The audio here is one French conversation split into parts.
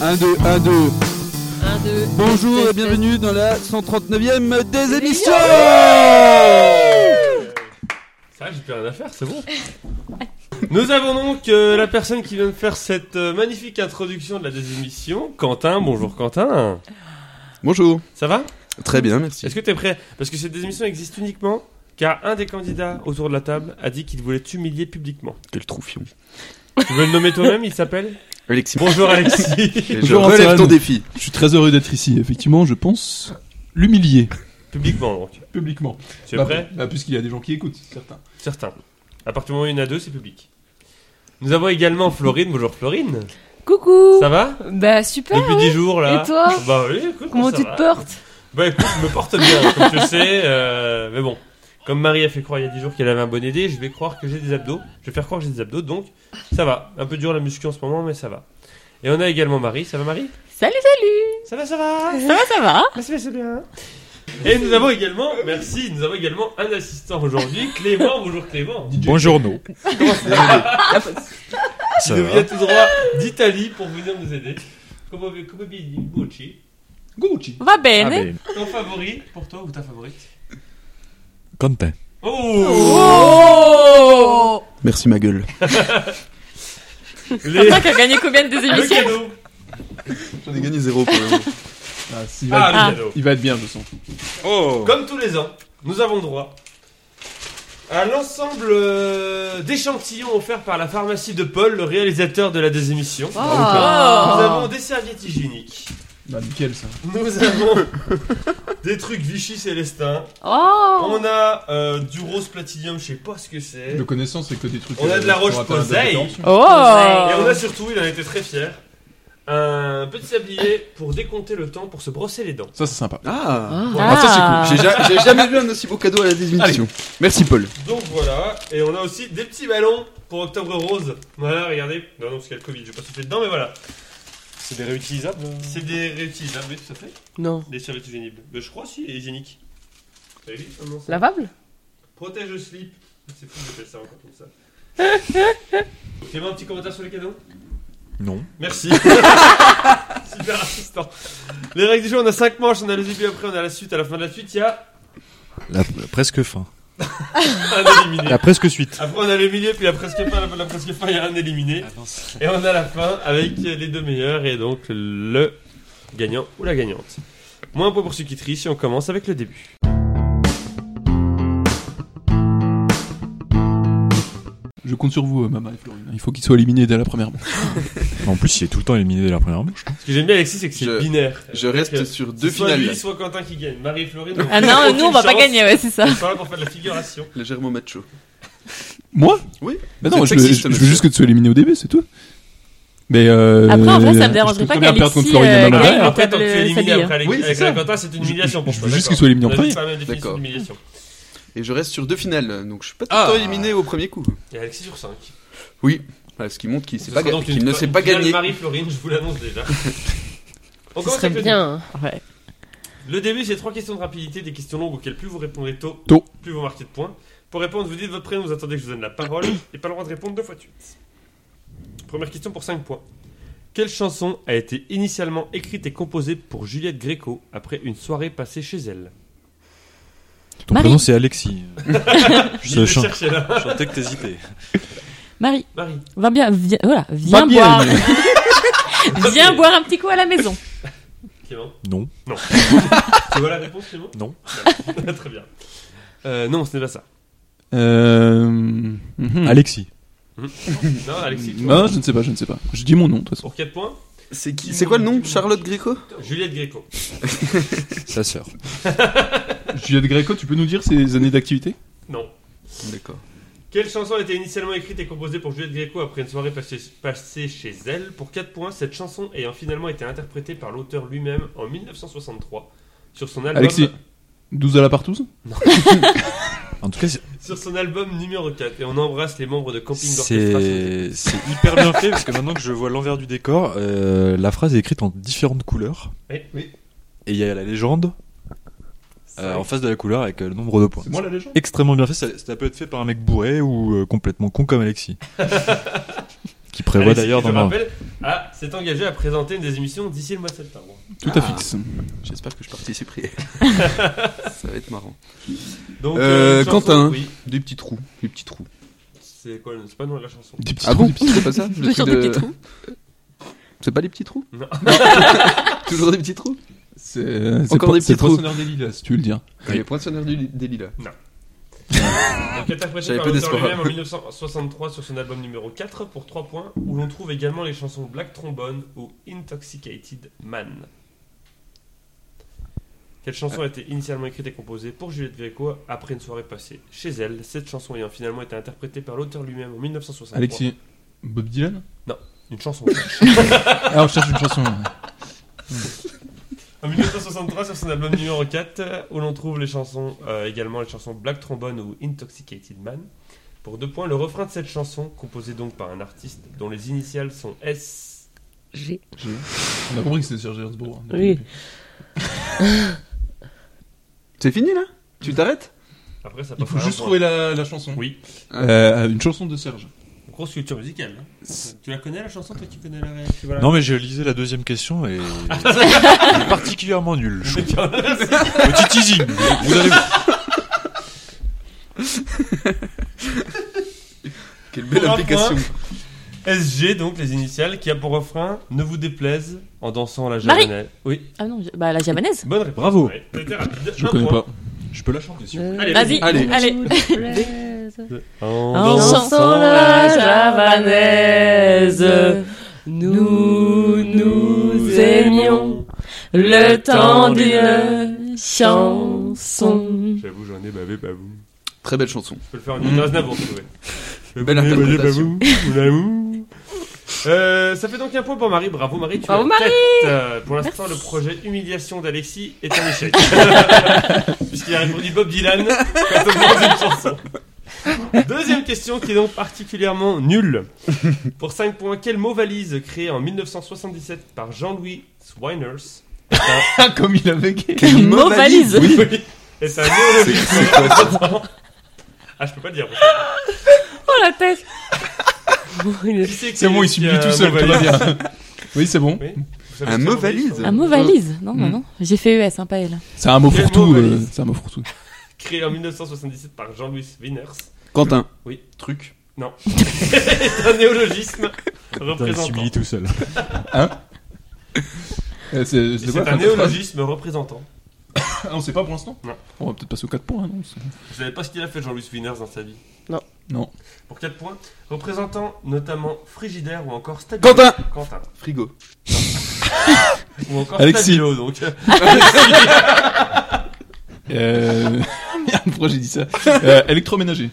1, 2, 1, 2. 1, 2. Bonjour et bienvenue dans la 139e des émissions. Ça va, j'ai plus rien à faire, c'est bon. Nous avons donc la personne qui vient de faire cette magnifique introduction de la désémission, Quentin. Bonjour Quentin. Bonjour. Ça va ? Très bien, merci. Est-ce que tu es prêt ? Parce que cette désémission existe uniquement car un des candidats autour de la table a dit qu'il voulait t'humilier publiquement. Quel troufion. Tu veux le nommer toi-même ? Il s'appelle Alexis. Bonjour Alexis. Et je Bonjour, relève Antoine. ton défi. Je suis très heureux d'être ici. Effectivement, je pense l'humilier Publiquement donc. publiquement. Tu es prêt ? Puisqu'il y a des gens qui écoutent, certains. Certain. À partir du moment où il y en a deux, c'est public. Nous avons également Florine. Bonjour Florine. Coucou. Ça va ? Bah super. Depuis 10 jours là. Et toi ? Bah oui, écoute. Comment ça tu va. te portes ? Bah écoute, je me porte bien, comme tu sais, mais bon. Comme Marie a fait croire il y a 10 jours qu'elle avait un bon idée, je vais croire que j'ai des abdos. Je vais faire croire que j'ai des abdos, donc ça va. Un peu dur la muscu en ce moment, mais ça va. Et on a également Marie. Ça va Marie ? Salut. Ça va, ça va. Ça va. C'est bien. Et nous avons également, merci, nous avons également un assistant aujourd'hui, Clément. Bonjour Clément. Buongiorno. Comment ça va ? Ça Il nous vient va. tout droit d'Italie pour venir nous aider. Come Gucci. Gucci. Va Ah bene. ben, Ton favori pour toi ou ta favorite ? Quentin. Oh. Merci ma gueule. Les... Toi qui as gagné combien de Le émissions ? cadeau. J'en ai gagné 0 pour le moment. Il va, Ah, être, le cadeau. il va être bien, de son. Oh. Comme tous les ans, nous avons droit à l'ensemble d'échantillons offerts par la pharmacie de Paul, le réalisateur de la désémission. Oh. Nous avons des serviettes hygiéniques. Bah, nickel, ça. Nous avons des trucs Vichy Célestin. Oh. On a du rose platinium, je sais pas ce que c'est. De connaissance, c'est que des trucs. On a de la pour atteindre Roche-Posay. la détention. Et Oh. on a surtout, il en était très fier, un petit sablier pour décompter le temps pour se brosser les dents. Ça, c'est sympa. Ah, ça c'est cool. J'ai jamais vu un aussi beau cadeau à la désémission. Merci Paul. Donc voilà, et on a aussi des petits ballons pour Octobre Rose. Voilà, regardez. Non, parce qu'il y a le Covid, je vais pas souffler dedans, mais voilà. C'est des réutilisables. C'est des réutilisables, oui, tout à fait. Non. Des serviettes hygiéniques. Mais je crois si, et hygiéniques. Ça existe, non, ça Lavable ? Protège le slip. C'est fou de faire ça encore comme ça. Clément, un petit commentaire sur les cadeaux ? Non. Merci. Super assistant. Les règles du jeu, on a 5 manches, on a le début, après on a la suite. À la fin de la suite, il y a La presque fin. un éliminé. La presque suite. Après on a le milieu, puis la presque fin, la presque fin, il y a un éliminé. Et on a la fin avec les deux meilleurs et donc le gagnant ou la gagnante. Moins un point pour ceux qui trichent et on commence avec le début. Je compte sur vous, Mama et Florine. Il faut qu'il soit éliminé dès la première manche. En plus, il est tout le temps éliminé dès la première manche. Ce que j'aime bien Alexis, c'est que c'est Je- binaire. Je reste sur deux Soit finales. lui, soit Quentin qui gagne. Marie et Florine. Ah non, nous on va pas gagner, ouais, c'est ça. On sera là pour faire de la figuration. Légèrement macho. Moi Oui. Mais non, C'est je sexiste, veux monsieur. juste que tu sois éliminé au début, c'est tout. Mais Après, en vrai, ça me dérangerait je peux pas très bien perdre contre qu'Alexis Florine et Mama. gagne. Après, tant que tu es table éliminé sablier. après avec, Oui, c'est avec ça. la Quentin, c'est une humiliation pour je toi. veux juste d'accord. qu'il soit éliminé en On a premier. dit pas la même définition D'accord. d'humiliation. Et je reste sur deux finales, donc je suis pas tout le temps éliminé au premier coup. Et Alexis sur 5. Oui. Ce qui montre qu'il Ce sait pas sera donc qu'il une- ne sait une pas finale gagner. Marie-Florine, je vous l'annonce déjà. On Ce commence serait avec le bien. Ouais. début. Le début, c'est 3 questions de rapidité, des questions longues auxquelles plus vous répondrez tôt, Tôt. plus vous marquez de points. Pour répondre, vous dites votre prénom, vous attendez que je vous donne la parole et pas le droit de répondre 2 fois de suite. Première question pour 5 points. Quelle chanson a été initialement écrite et composée pour Juliette Gréco après une soirée passée chez elle ? Ton Marie. prénom, c'est Alexis. Je Je vais chante. chercher là. Je sentais que t'hésitais. Marie, Marie. va bien, viens Va bien. boire. Viens boire un petit coup à la maison. Clément. Non. Tu vois la réponse, Clément ? Non. Très bien. Non, ce n'est pas ça. Alexis. Non, Alexis. toi. Non, je ne sais pas. Je dis mon nom, de toute façon. Pour 4 points, C'est qui ? C'est quoi le nom ? Charlotte Gréco ? Juliette Gréco. Sa sœur. Juliette Gréco, tu peux nous dire ses années d'activité ? Non. D'accord. Quelle chanson a été initialement écrite et composée pour Juliette Gréco après une soirée passée chez elle ? Pour 4 points, cette chanson ayant finalement été interprétée par l'auteur lui-même en 1963 sur son album, Alexis. 12 à la partouze ? En tout cas, c'est- sur son album numéro 4. Et on embrasse les membres de Camping d'Orchestra. c'est hyper bien fait parce que maintenant que je vois l'envers du décor, la phrase est écrite en différentes couleurs. Oui. Et il y a la légende en face de la couleur avec le nombre de points. C'est moi la légende ? Extrêmement bien fait, ça peut être fait par un mec bourré ou complètement con comme Alexis. Qui prévoit Alexis, d'ailleurs je dans un... rappelle s'est engagé à présenter une des émissions d'ici le mois de septembre. Tout à fixe. J'espère que je participerai. Ça va être marrant. Donc, chanson, Quentin. oui. Des petits trous. C'est quoi c'est pas le nom de la chanson. Des petits Ah trous, bon des petits C'est pas ça Toujours des petits trous. C'est pas des petits trous Non. Toujours des petits trous C'est Encore des petits c'est trous. Poissonneur des Lilas, si tu veux le dire. Les poinçonneurs des lilas. Donc interprété J'avais par peu l'auteur d'espoir. lui-même en 1963 sur son album numéro 4 pour 3 points, où l'on trouve également les chansons Black Trombone ou Intoxicated Man. Quelle chanson a été initialement écrite et composée pour Juliette Gréco après une soirée passée chez elle, cette chanson ayant finalement été interprétée par l'auteur lui-même en 1963. Alexis, Bob Dylan. Une chanson. Ah, on cherche une chanson. En 1963 sur son album numéro 4, où l'on trouve les chansons, également les chansons Black Trombone ou Intoxicated Man. Pour 2 points, le refrain de cette chanson, composé donc par un artiste dont les initiales sont S. G. On a compris que c'était Serge Gainsbourg. Oui. C'est fini là Tu t'arrêtes Après, ça Il passe faut à un juste point. trouver la chanson. Oui. Une chanson de Serge. Grosse culture musicale. Hein. Tu la connais la chanson, toi qui connais la voilà. Non, mais j'ai lisé la deuxième question et elle est particulièrement nulle. je trouve. Petit teasing, vous allez voir. Quelle belle Pour un application. SG, donc les initiales, qui a pour refrain Ne vous déplaise en dansant la Marie. javanaise. Oui, Ah non, la javanaise. bonne réponse. Bravo. Ouais, t'as été rapide. Je Un connais point. pas. Je peux la chanter si vous voulez. Allez, Vas-y, Allez. allez. En En dansant la javanaise, nous aimions le temps d'une chanson. J'avoue, j'en ai bavé babou. Très belle chanson. Je peux le faire en une Aznavour, si vous voulez. Belle interprétation. Ça fait donc un point pour Marie. Bravo Marie, tu Bravo, as Marie. tête. Pour l'instant, Merci. le projet humiliation d'Alexis est un échec. Puisqu'il a répondu Bob Dylan quand on demande une chanson. Deuxième question qui est donc particulièrement nulle. Pour 5 points, quel mot valise créé en 1977 par Jean-Louis Swiners Comme il avait gagné. Quel Mot valise. Oui. est un néologisme représentant... Ah, je peux pas le dire. Oh la tête. Qui c'est C'est bon, il subit tout seul, tout va bien. Oui, c'est bon. Oui. Vous savez Un ce que mot c'est, valise. vous Un mot valise. Non, non. J'ai fait ES, hein, pas elle. C'est un mot Quel fourre-tout. mot valise C'est un mot fourre-tout. Créé en 1977 par Jean-Louis Wieners. Quentin. Oui. Truc. Non. C'est un néologisme Il représentant. s'humilie tout seul. C'est C'est quoi un néologisme représentant. Ah, on sait pas pour l'instant. Non. On va peut-être passer aux 4 points. Non Vous savez pas ce qu'il a fait Jean-Louis Wieners dans sa vie? Non. Pour 4 points, représentant notamment Frigidaire ou encore Stabilo. Quentin. Quentin. Frigo. Ou encore Alexis. Stabilo, donc. Pourquoi j'ai dit ça Électroménager.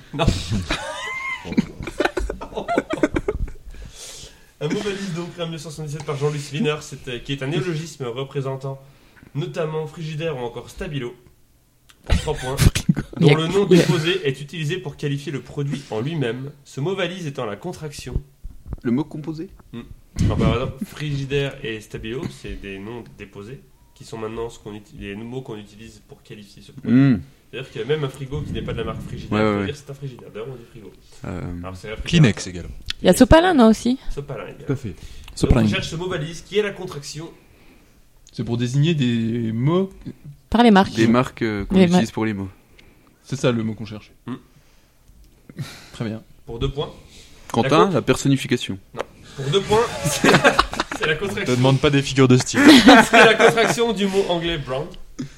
Un mot valise donc créé en 1977 par Jean-Louis Wieners, qui est un néologisme représentant notamment Frigidaire ou encore Stabilo. Pour 3 points. Dont le nom déposé est utilisé pour qualifier le produit en lui-même. Ce mot valise étant la contraction. Le mot composé. Alors, par exemple, Frigidaire et Stabilo, c'est des noms déposés qui sont maintenant les mots qu'on utilise pour qualifier ce produit. C'est-à-dire qu'il y a même un frigo qui n'est pas de la marque Frigidaire, Ouais, on peut ouais. dire c'est un Frigidaire. D'ailleurs, on dit frigo. Alors, c'est africain. Kleenex également. Il y a Sopalin, non, aussi. Sopalin, également. Tout à fait. Donc, Sopalin. on cherche ce mot valise qui est la contraction. C'est pour désigner des mots. Par les marques. Des marques qu'on Les utilise pour les mots. C'est ça le mot qu'on cherche. Très bien. Pour 2 points. Quentin, la personnification. Pour 2 points, c'est la Ne contraction. demande pas des figures de style. C'est la contraction du mot anglais brown.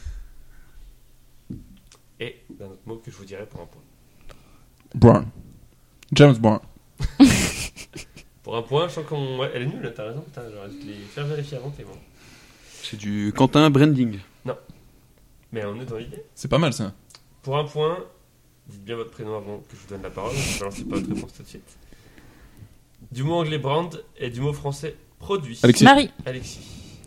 Et d'un autre mot que je vous dirai pour un point. Brown. James Brown. Pour un point, je sens qu'on. Ouais, elle est nulle, là, t'as raison. Putain, j'aurais dû les faire vérifier avant, t'es bon. C'est du Quentin branding. Mais on est dans l'idée. C'est pas mal ça. Pour un point, dites bien votre prénom avant que je vous donne la parole. Je ne balancez pas votre réponse tout de suite. Du mot anglais brand et du mot français produit. Alexis. Marie. Alexis.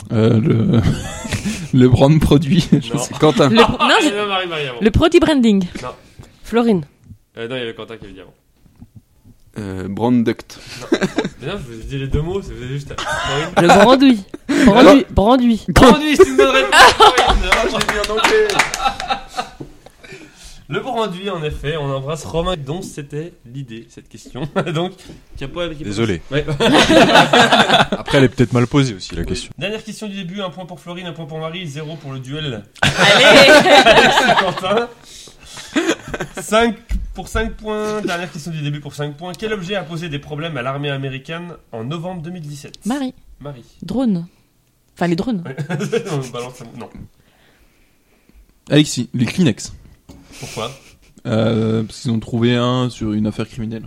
Le brand produit. Non. C'est Quentin. Non, j'ai même Marie avant. le produit branding. Florine. Non, il y avait Quentin qui avait dit avant. Brand duct. Mais non, je vous ai dit les 2 mots, c'est vous avez juste. Le branduit. Branduit. Branduit, c'est une bonne réponse. Je l'ai mis en anglais. Le bon rendu, en effet, on embrasse Romain, dont c'était l'idée, cette question. Donc, Désolé. Ouais. Après, elle est peut-être mal posée aussi, la question. Dernière question du début, 1 point pour Florine, 1 point pour Marie, 0 pour le duel. Allez. Alexis Quentin. 5 points. Dernière question du début pour 5 points. Quel objet a posé des problèmes à l'armée américaine en novembre 2017 Marie. Marie. Drone. Enfin, les drones. Ouais. Non. Alexis, les Kleenex. Pourquoi? Parce qu'ils ont trouvé un sur une affaire criminelle.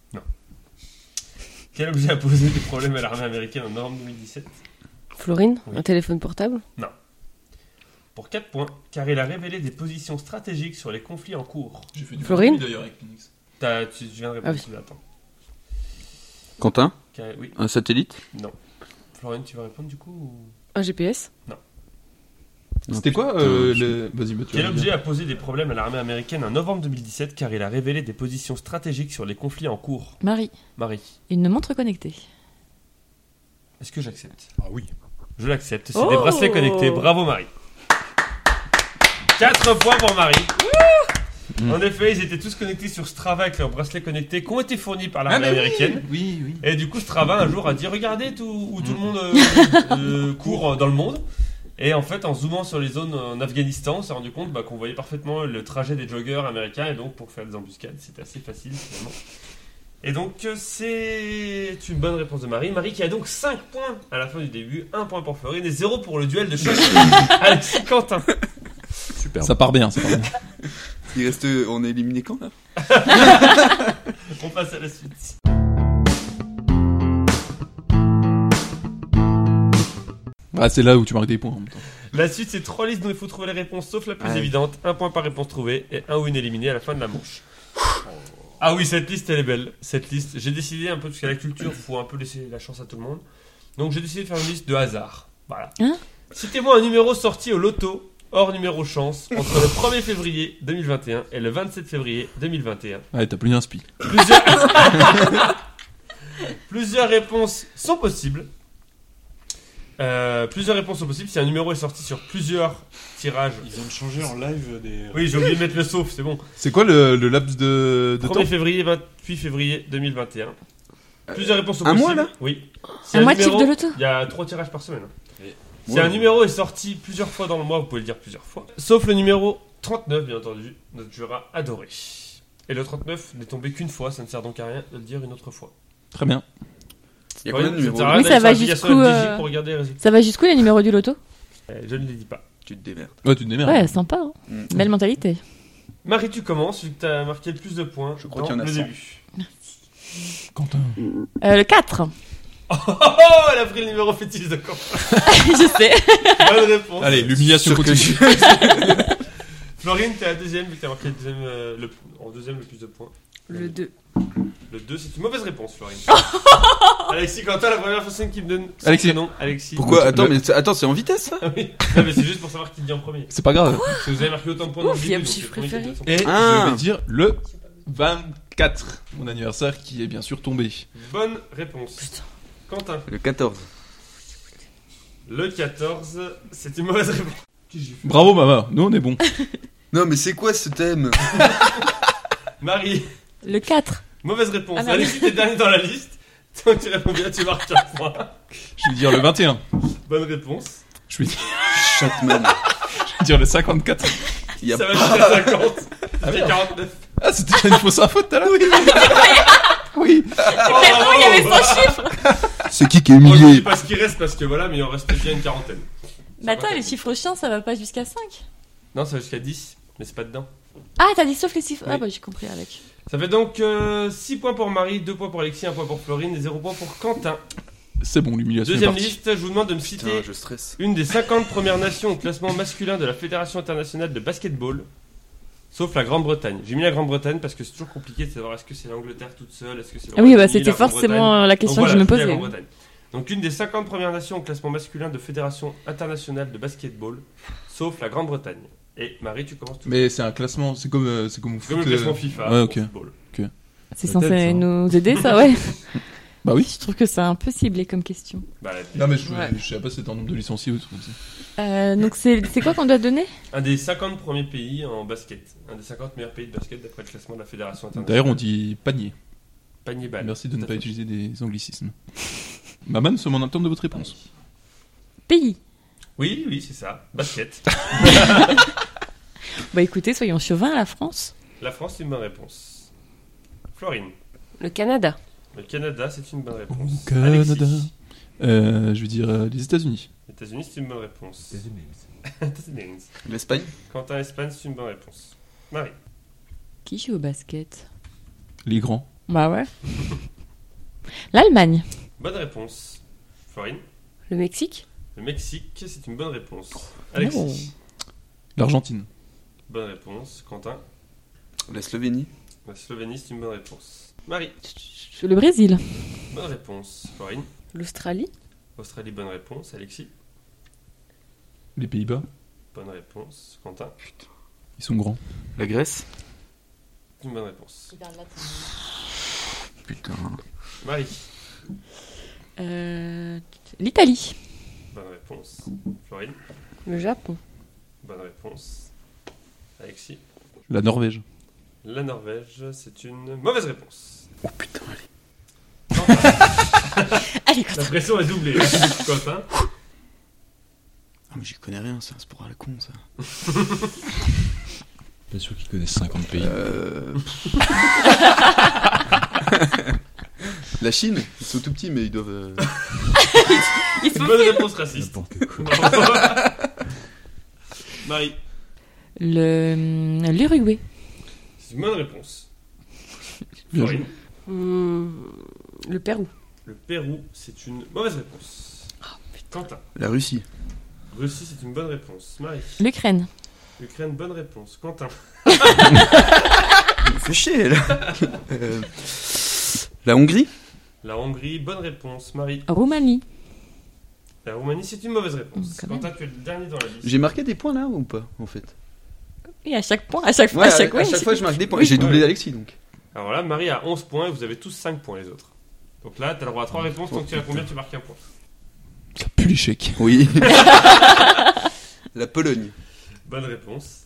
Quel objet a posé des problèmes à l'armée américaine en novembre 2017 Florine, Oui. un téléphone portable. Pour 4 points, car il a révélé des positions stratégiques sur les conflits en cours. J'ai fait du Florine d'ailleurs avec Kleenex. Tu viens de répondre. Ah oui. Attends. Quentin, Oui. un satellite? Non. Florine, tu vas répondre du coup ou... Un GPS. C'était quoi putain, le... Vas-y, bah, tu Quel vas objet dire. a posé des problèmes à l'armée américaine en novembre 2017 car il a révélé des positions stratégiques sur les conflits en cours? Marie. Marie, Une montre connectée. est-ce que j'accepte? Ah oui. Je l'accepte, c'est Oh. des bracelets connectés. Bravo Marie. 4 points pour Marie. En effet, ils étaient tous connectés sur Strava avec leurs bracelets connectés qui ont été fournis par l'armée américaine. Oui, oui. Et du coup, Strava un jour a dit regardez où tout le monde court dans le monde. Et en fait, en zoomant sur les zones en Afghanistan, on s'est rendu compte qu'on voyait parfaitement le trajet des joggers américains. Et donc, pour faire des embuscades, c'était assez facile finalement. Et donc, c'est une bonne réponse de Marie. Marie qui a donc 5 points à la fin du début, 1 point pour Florine et 0 pour le duel de choc. Alexis Quentin. Super. Ça part bien, ça part bien. Il reste. On est éliminé quand là? On passe à la suite. Ah, c'est là où tu marques des points en même temps. La suite, c'est 3 listes dont il faut trouver les réponses sauf la plus Ouais. évidente. 1 point par réponse trouvée et 1 win éliminé à la fin de la manche. Ah oui, cette liste, elle est belle. Cette liste, j'ai décidé un peu, parce qu'à la culture, il faut un peu laisser la chance à tout le monde. Donc j'ai décidé de faire une liste de hasard. Voilà. Hein? Citez-moi un numéro sorti au loto, hors numéro chance, entre le 1er février 2021 et le 27 février 2021. Ouais, t'as plus d'inspi. Plusieurs réponses sont possibles. Plusieurs réponses sont possibles si un numéro est sorti sur plusieurs tirages. Ils viennent de changer en live des. Oui, j'ai oublié de mettre le sauf, c'est bon. C'est quoi le laps de 1er temps? février, 28 février 2021. Plusieurs réponses sont un possibles. mois, là Oui. Si Un moitié numéro- de loto. Il y a 3 tirages par semaine. Oui. Si Ouais. un numéro est sorti plusieurs fois dans le mois, vous pouvez le dire plusieurs fois. Sauf le numéro 39, bien entendu. Notre jura adoré. Et le 39 n'est tombé qu'une fois, ça ne sert donc à rien de le dire une autre fois. Très bien. Il y a combien de numéros? Ça sert à rien Oui, d'aller ça sur va l'application jusqu'où, FDJ pour regarder les résultats. Ça va jusqu'où les numéros du loto? Je ne les dis pas. Tu te démerdes. Ouais, tu te démerdes. Ouais, sympa. Hein. Mm. Belle mentalité. Marie, tu commences, vu que tu as marqué le plus de points. Je crois dans qu'il y en a le 100. début. Quentin. Le 4. Oh, elle a pris le numéro fétiche de Quentin. Je sais. Bonne réponse. Allez, l'humiliation Sûr que continue. Florine, t'es à deuxième, vu que t'as marqué en deuxième le plus de points. Le 2. Le 2, c'est une mauvaise réponse, Florine. Alexis Quentin, la première personne qui me donne son Alexis. prénom, Alexis. Pourquoi? Attends, Le- mais c'est en vitesse ça? Ah oui. Non, mais c'est juste pour savoir qui dit en premier. C'est pas grave. Parce que vous avez marqué autant de points dans le Ouf, début. il y a un donc chiffre le premier qui préféré. donne son Et Ah. je vais dire le 24, mon anniversaire qui est bien sûr tombé. Bonne réponse. Quentin, Le 14. le 14, c'est une mauvaise réponse. Bravo Mama, nous on est bon. Non, mais c'est quoi ce thème? Marie, Le 4. mauvaise réponse. Ah, merde. Alexis, t'es dernier dans la liste. Tant que tu réponds bien, tu marques un point. Je vais dire le 21. Bonne réponse. Je vais Chatman. dire le 54. Il y a Ça va pas. jusqu'à 50. Ça fait 49. Ah, c'était une fausse info tout à l'heure. Oui. Oh, Il y avait 100 chiffres. C'est qui est Bon, je dis humilié? pas ce qui reste parce que voilà, mais il en reste bien une quarantaine. Mais attends, les chiffres chiants, ça va pas jusqu'à 5. Non, ça va jusqu'à 10, mais c'est pas dedans. Ah, t'as dit sauf les chiffres. Oui. Ah, bah j'ai compris avec. Ça fait donc 6 points pour Marie, 2 points pour Alexis, 1 point pour Florine et 0 points pour Quentin. C'est bon, l'humiliation est Deuxième partie. liste, je vous demande de me citer Putain, je stresse. une des 50 premières nations au classement masculin de la Fédération internationale de basketball, sauf la Grande-Bretagne. J'ai mis la Grande-Bretagne parce que c'est toujours compliqué de savoir est-ce que c'est l'Angleterre toute seule, est-ce que c'est le Ah oui, bah Royaume-Uni, c'était la Grande-Bretagne. forcément la question Donc que je me voilà, je dis la posais. Grande-Bretagne. Donc une des 50 premières nations au classement masculin de Fédération internationale de basketball, sauf la Grande-Bretagne. Et Marie, tu commences tout. Mais c'est un classement, c'est comme au C'est comme le foot, classement FIFA ouais, pour ok. football. C'est Peut-être, censé ça. nous aider, ça, ouais. Bah oui. Je trouve que c'est un peu ciblé comme question. Bah, Non, mais je Ouais. sais pas si c'est un nombre de licenciés ou tout comme ça. Donc c'est quoi qu'on doit donner? un des 50 premiers pays en basket. Un des 50 meilleurs pays de basket d'après le classement de la Fédération internationale. D'ailleurs, on dit panier. Panier balle. Merci de ne Tout à pas fait. utiliser des anglicismes. Maman, nous sommes en attente de votre réponse. Pays. Oui, c'est ça. Basket. Bah écoutez, soyons chauvins, la France. La France, c'est une bonne réponse. Florine. Le Canada. Le Canada, c'est une bonne réponse. Au Canada. Alexis. Je veux dire les États-Unis. Les États-Unis, c'est une bonne réponse. États-Unis. L'Espagne. Quentin, Espagne, c'est une bonne réponse. Marie. Qui joue au basket? Les grands. Bah ouais. L'Allemagne. Bonne réponse. Florine. Le Mexique. Le Mexique, c'est une bonne réponse. Alexis. L'Argentine. Bonne réponse. Quentin. La Slovénie. La Slovénie, c'est une bonne réponse. Marie. Le Brésil. Bonne réponse. Florine. L'Australie. Australie, bonne réponse. Alexis. Les Pays-Bas. Bonne réponse. Quentin. Ils sont grands. La Grèce. Une bonne réponse. Putain. Marie. L'Italie. Bonne réponse. Florine. Le Japon. Bonne réponse. Alexis. La Norvège. La Norvège, c'est une mauvaise réponse. Oh putain, allez. Allez, La pression est doublée. Quentin. Ah, mais j'y connais rien, c'est un sport à la con, ça. Pas sûr qu'ils connaissent 50 pays. La Chine, ils sont tout petits, mais ils doivent. Ils sont Bonne réponse raciste. N'importe quoi. Marie. L'Uruguay. C'est une bonne réponse. Bien Florine. Le Pérou. Le Pérou, c'est une mauvaise réponse. Quentin. La Russie. Russie, c'est une bonne réponse. Marie. L'Ukraine. Ukraine, bonne réponse. Quentin. Fais chier, là. La Hongrie. La Hongrie, bonne réponse. Marie. Roumanie. La Roumanie, c'est une mauvaise réponse. Quand même. Quentin, tu es le dernier dans la liste. J'ai marqué des points là ou pas, en fait? Et à chaque point, à chaque fois, Ouais, à chaque fois. fois, je marque des points. Oui. J'ai doublé Ouais. Alexis, donc. Alors là, Marie a 11 points et vous avez tous 5 points les autres. Donc là, t'as le droit à 3 réponses. Tant que tu réponds bien, tu marques un point. Ça pue l'échec. Oui. La Pologne. Bonne réponse.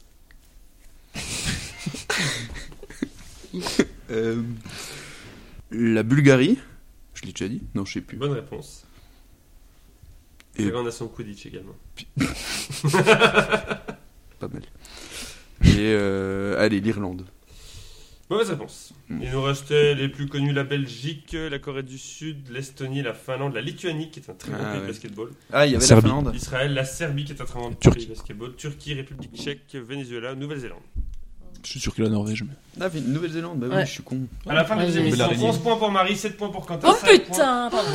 La Bulgarie. Je l'ai déjà dit? Non, je sais plus. Bonne réponse. Et- Et on a son Quidditch également. Pas mal. Et allez, l'Irlande. Mauvaise réponse. Il nous restait les plus connus, la Belgique, la Corée du Sud, l'Estonie, la Finlande, la Lituanie, qui est un très bon Ah, pays de ouais. basketball, Ah, il y avait Serbie. la Finlande. Israël, la Serbie, qui est un très bon Turquie. pays de basketball, Turquie, République tchèque, Venezuela, Nouvelle-Zélande. Je suis sûr que la Norvège. Mais... Ah, Nouvelle-Zélande, bah oui, Ouais. je suis con. À la fin de la Ouais, deuxième j'ai- émission, l'araignée. 11 points pour Marie, 7 points pour Quentin. Oh 5 points. putain, pardon.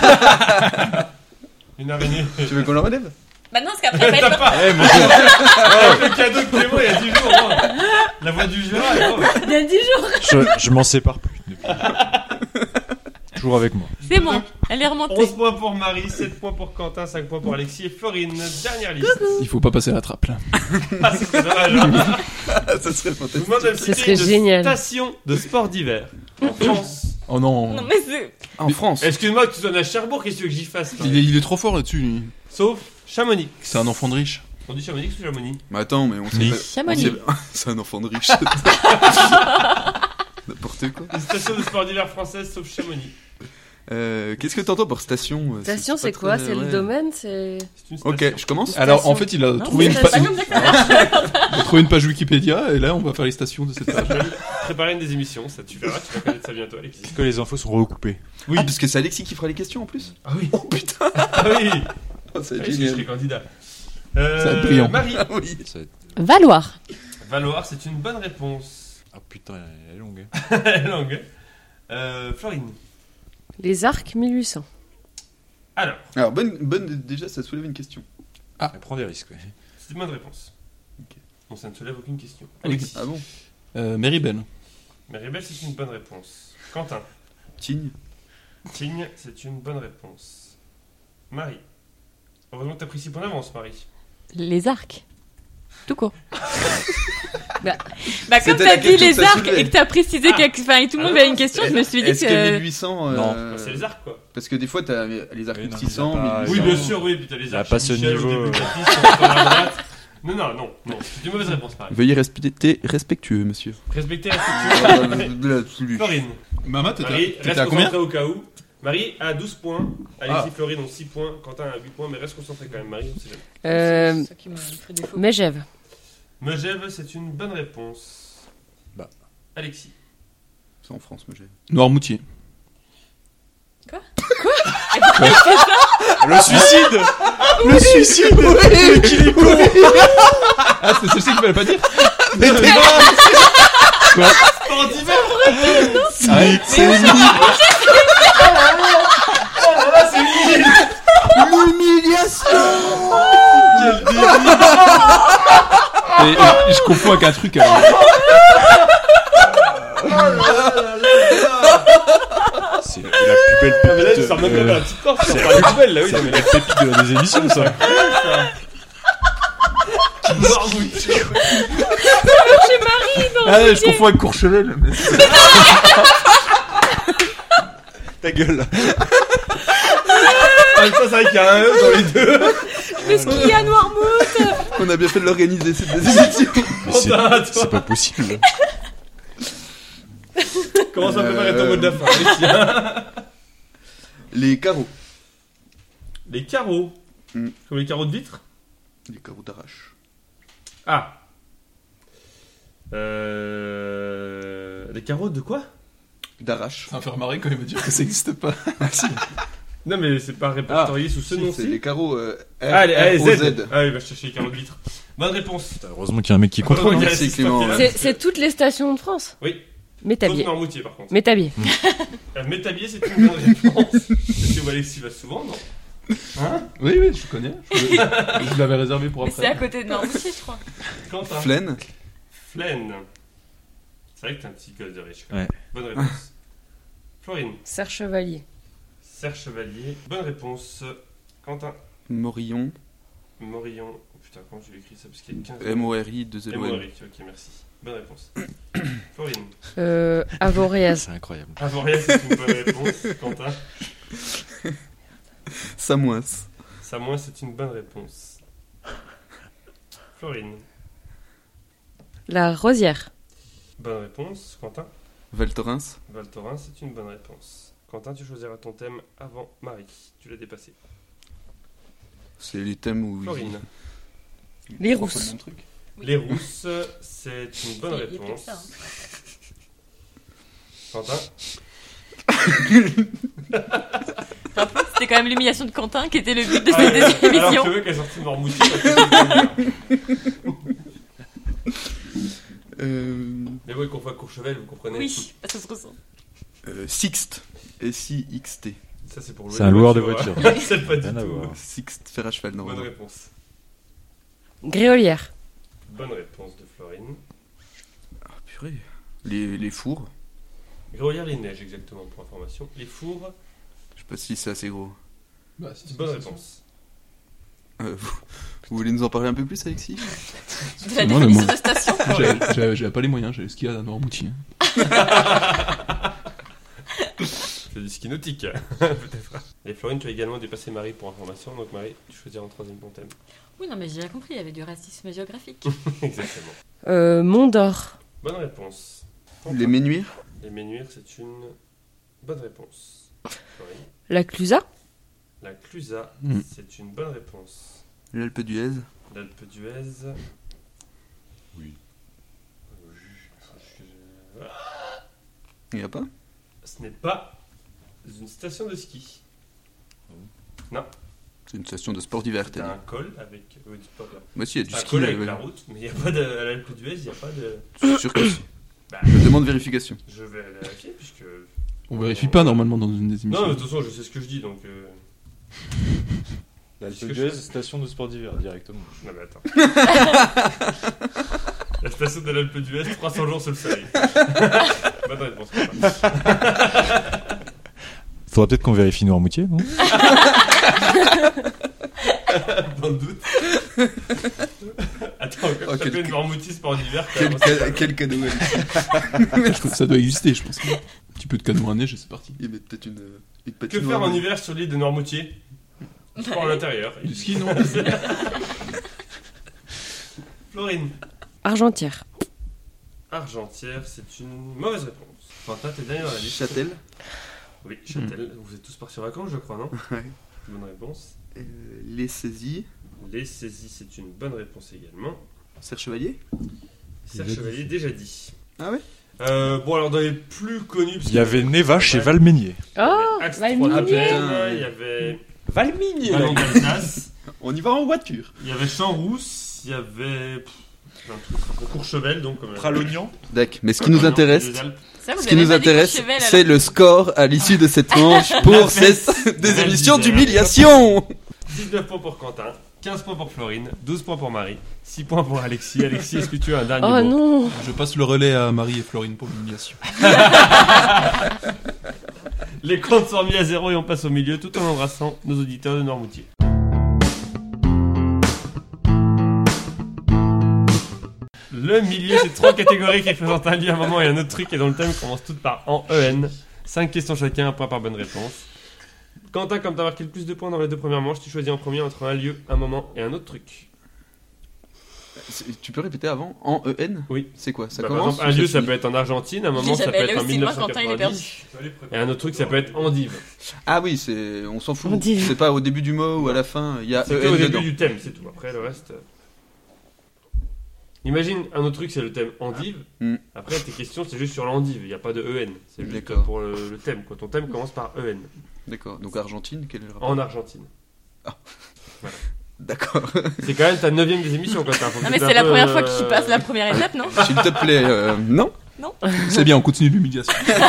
Une araignée. Tu veux qu'on le relève? Bah non, parce qu'après, T'as ça pas Eh, mon le cadeau de Clément il y a 10 jours. Oh. La voix du Jura. Oh. il y a 10 jours. je m'en sépare plus. depuis. Toujours avec moi. C'est bon, elle est remontée. 11 points pour Marie, 7 points pour Quentin, 5 points pour Alexis et Florine. Dernière liste. Il faut pas passer à la trappe là. Ah, c'est dommage. Hein. Ça serait Je vous fantastique. demande de me Ce citer serait une génial. station de sport d'hiver en France. Oh non. Non mais c'est... En France. Excuse-moi que tu donnes à Cherbourg, qu'est-ce que tu veux que j'y fasse toi Il est trop fort là-dessus. lui. Sauf Chamonix. C'est un enfant de riche. On dit Chamonix ou Chamonix? Mais attends, mais on sait Oui. pas. Chamonix. on sait- C'est un enfant de riche. N'importe quoi. Une station de sport d'hiver française sauf Chamonix. Qu'est-ce que t'entends par station? Station, c'est pas quoi? très- C'est le ouais. domaine? C'est. C'est une station. Ok, je commence. Alors en fait, il a trouvé une, c'est pas une- comme ça que ça marche. il a trouvé une page Wikipédia et là, on va faire les stations de cette page. Préparer une des émissions, ça tu verras, tu vas connaître ça bientôt Alexis. Est-ce que les infos sont recoupées? Oui. Ah, parce que c'est Alexis qui fera les questions en plus. Ah oui. Oh putain, Ah oui. oh, c'est Ah oui, je serai génial. candidat. Ça va être brillant. Marie. Ah oui. Ça va être- Valoir. Valoir, c'est une bonne réponse. Ah putain, elle est longue. hein. Langue. Florine. Les arcs 1800. Alors, Alors, bonne, déjà, ça soulève une question. Elle prend des risques. Ouais. c'est une bonne réponse. Ok. Bon, ça ne soulève aucune question. Oui. Alexis. Ah bon? Mais Méribel. Rebelle, c'est une bonne réponse. Quentin. Tignes. Tignes, c'est une bonne réponse. Marie. Heureusement que t'as pris 6 points d'avance, Marie. Les arcs. Tout court. Bah, Bah, comme C'était t'as la dit question les que ça arcs soulevait. et que t'as précisé que tout le monde avait une question, je me suis dit Est-ce que que. 1800 Non. C'est les arcs, quoi. Parce que des fois, t'as les arcs Oui, de non, 600, il y a pas- 1800. Oui, non. bien sûr, oui. Puis t'as les a arcs pas ce Michel au niveau. début de la piste, sur la droite. Non. C'est une mauvaise réponse, pareil. Veuillez rester respectueux, monsieur. Respectez la structure. Florine. Maman, Marie, t'étais reste à combien? concentré au cas où. Marie a 12 points. Alexis Ah. et Florine ont 6 points. Quentin a 8 points, mais reste concentré quand même. Marie, on sait jamais. Euh, C'est ça qui m'a fait défaut. Megève. Megève, c'est une bonne réponse. Bah. Alexis. C'est en France, moi j'ai. Noirmoutier. Le suicide. Le suicide. Mais qu'il est con. Ah, c'est celle-ci qu'il fallait pas dire. Mais t'es Sport d'hiver. C'est L'humiliation. Et je confonds avec un truc. C'est la plus belle Ah, mais là, tu pépite. sors même pas de la petite porte. Tu c'est sors pas la poubelle, là, oui. C'est non, mais la pépite des émissions, ça. Noirmoutier. Ah, je confonds avec Courchevel. mais- Ta gueule. En même temps, c'est vrai qu'il y a un E dans les deux. Mais ce qu'il y a Noirmouth. On a bien fait de l'organiser cette émission. Mais c'est- Quentin, à toi. c'est pas possible. Commence à préparer ton mot de la fin. Alexis. Les carreaux. Les carreaux. Mm. Comme les carreaux de vitre. Les carreaux d'arrache. Ah. Les carreaux de quoi? D'arrache. Ça va faire marrer quand il va dire que ça n'existe pas. Non, mais c'est pas répertorié sous ce Si, nom-ci. c'est les carreaux R, Allez, O, Z. Z. Ah, il va chercher les carreaux de vitre. Bonne réponse. Putain, heureusement qu'il y a un mec qui contrôle. Heureusement qu'il y a Merci, l'assistant Clément. qui est là. C'est toutes les stations de France. Oui. Sauf Métabier. Noirmoutier, par contre. Métabier. Métabier, c'est une bonne réponse. Est-ce que Alexis va souvent, non? Oui, je connais. Je l'avais réservé pour Mais c'est à après. côté de Noirmoutier, je crois. Quentin. Flaine. Flaine. C'est vrai que t'es un petit gosse de riche. Ouais. Bonne réponse. Florine. Serre Chevalier. Serre Chevalier. Bonne réponse. Quentin. Morillon. Morillon. Oh, putain, comment tu l'écris ça? Parce qu'il y a 15 M-O-R-I, 2 MORI. L-O-N. Ok, merci. Bonne réponse. Florine. Avoriaz. C'est incroyable. Avoria, c'est une bonne réponse. Quentin. Samois. Samoin, c'est une bonne réponse. Florine. La Rosière. Bonne réponse. Quentin. Val Thorens. Val Thorens, c'est une bonne réponse. Quentin, tu choisiras ton thème avant Marie. Tu l'as dépassé. C'est les thèmes où. Florine. Les Rousses. Mon truc. Les Rousses, c'est une bonne Il y a peut-être réponse. ça, hein. Quentin. C'était quand même l'humiliation de Quentin qui était le but de Ah, cette alors que émission. le mec a sorti Noirmoutier. Mais oui, qu'on voit Courchevel, vous comprenez. Oui, ça se ressent. Sixt. S-I-X-T. Ça, c'est pour C'est un loueur de voiture. C'est pas du Rien à tout. voir. Sixt, fer à cheval, Bonne normalement. réponse. Gréolière. Bonne réponse de Florine. Ah, purée. Les fours. Gréolière, les neiges, exactement, pour information. Les fours, Je sais pas si c'est assez gros. Bah, si, bonne réponse. Vous voulez nous en parler un peu plus, Alexis? De la Non, mais définition moi- de station. J'avais pas les moyens, j'allais skier à Noirmoutier. C'est du ski nautique, peut-être. Et Florine, tu as également dépassé Marie pour information. Donc, Marie, tu choisiras en troisième ton thème. Oui, non, mais j'ai bien compris, il y avait du racisme géographique. Exactement. Mont d'Or. Bonne réponse. Les Ménuires. Les Ménuires, c'est une bonne réponse. Florine. La Clusa. La Clusa, c'est une bonne réponse. L'Alpe d'Huez. L'Alpe d'Huez. Oui. Il n'y a pas? Ce n'est pas une station de ski. C'est une station de sport d'hiver, C'est t'as un dit. col avec. Oui, du sport d'hiver. Moi aussi, il y a du Un ski. col là, avec ouais. la route, mais il n'y a pas de. À l'Alpe d'Huez, il n'y a pas de. Je suis sûr que si. Bah, Je demande vérification. je vais vérifier puisque. On vérifie pas normalement dans une des émissions. Non, mais de toute façon, je sais ce que je dis donc. L'Alpe d'Huez, station de sport d'hiver, directement. Non, mais attends. La station de l'Alpe d'Huez, 300 jours sous le soleil. Bonne réponse. Faudra peut-être qu'on vérifie Noirmoutier, non? Dans le doute. Attends. Comme quel- taper une Noirmoutier sport d'hiver. Quel cadeau, Alexis. Ça doit exister, je pense. Un petit peu de canot à neige et c'est parti. Il met peut-être une Que patinoire. faire en hiver sur l'île de Noirmoutier? Sport à l'intérieur. Du ski, non? Florine. Argentière. Argentière, c'est une mauvaise réponse. Quentin, t'es dernier dans la liste. Châtel. Oui, Châtel. Vous êtes tous partis en vacances, je crois, non? Ouais. Bonne réponse. Les saisies. Les saisies, c'est une bonne réponse également. Serre Chevalier. Serre Chevalier, déjà dit. Ah ouais. Bon, alors dans les plus connus. parce Il y avait que- Neva chez Ouais. Valmeinier. Oh, Axe Valmigné. 3 Putain. il y avait Valmeinier Ballon d'Alsace, On y va en voiture. il y avait Champs-Rousse, il y avait plein de trucs. Courchevel, donc comme Pralognan. D'accord. Mais ce qui nous intéresse, Ça, vous ce qui avez nous pas dit intéresse, Courchevel, c'est alors. le score à l'issue de cette manche pour cette des Belle émissions misère. d'humiliation. 19 points pour Quentin, 15 points pour Florine, 12 points pour Marie, 6 points pour Alexis. Alexis, est-ce que tu as un dernier Oh mot? non. Je passe le relais à Marie et Florine pour l'humiliation. Les comptes sont mis à zéro et on passe au milieu tout en embrassant nos auditeurs de Noirmoutier. Le milieu, c'est 3 catégories qui présentent un lieu, un moment et un autre truc, et dont le thème commence toutes par en EN. 5 questions chacun, un point par bonne réponse. Quentin, comme tu as marqué le plus de points dans les 2 premières manches, tu choisis en premier entre un lieu, un moment et un autre truc. Tu peux répéter avant en EN? Oui. C'est quoi? Ça Bah, par commence exemple, un ou lieu, ça ça finit peut être en Argentine, un moment, dis ça peut jamais, être en là aussi, moi, Quentin, il est 1990, et un autre truc, ça peut être endive. Ah oui, c'est on s'en fout. On dit- C'est pas au début du mot ou à la fin. Il y a C'est que au EN début dedans. du thème, c'est tout. Après, le reste. Imagine un autre truc, c'est le thème endive. Mm. Après, tes questions, c'est juste sur l'endive. Il n'y a pas de EN. C'est juste D'accord. pour le thème. Quand ton thème commence par EN. D'accord. Donc Argentine, quel est le rapport? En Argentine. D'accord. C'est quand même ta 9ème des émissions, Quentin. Faut que Non, mais t'aies c'est un la peu, première fois qu'il passe la première étape, non? S'il te plaît, non. C'est bien, on continue l'humiliation.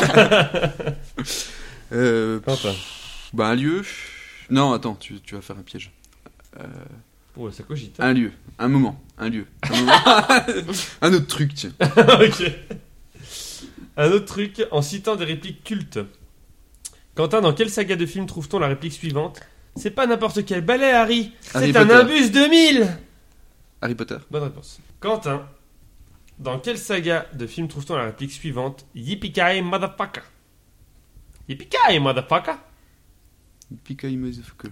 Quentin. Bah un lieu. Non, attends, tu vas faire un piège. Oh, ça cogite. Un lieu, un moment, un lieu. Un, moment. Un autre truc, tiens. Ok. Un autre truc, en citant des répliques cultes. Quentin, dans quelle saga de film trouve-t-on la réplique suivante? C'est pas n'importe quel balai, Harry. Harry C'est un Potter. Nimbus 2000. Harry Potter. Bonne réponse. Quentin, dans quelle saga de film trouve-t-on la réplique suivante? Yippee-ki-yay, motherfucker. Yippee-ki-yay, motherfucker. Pikaï motherfucker.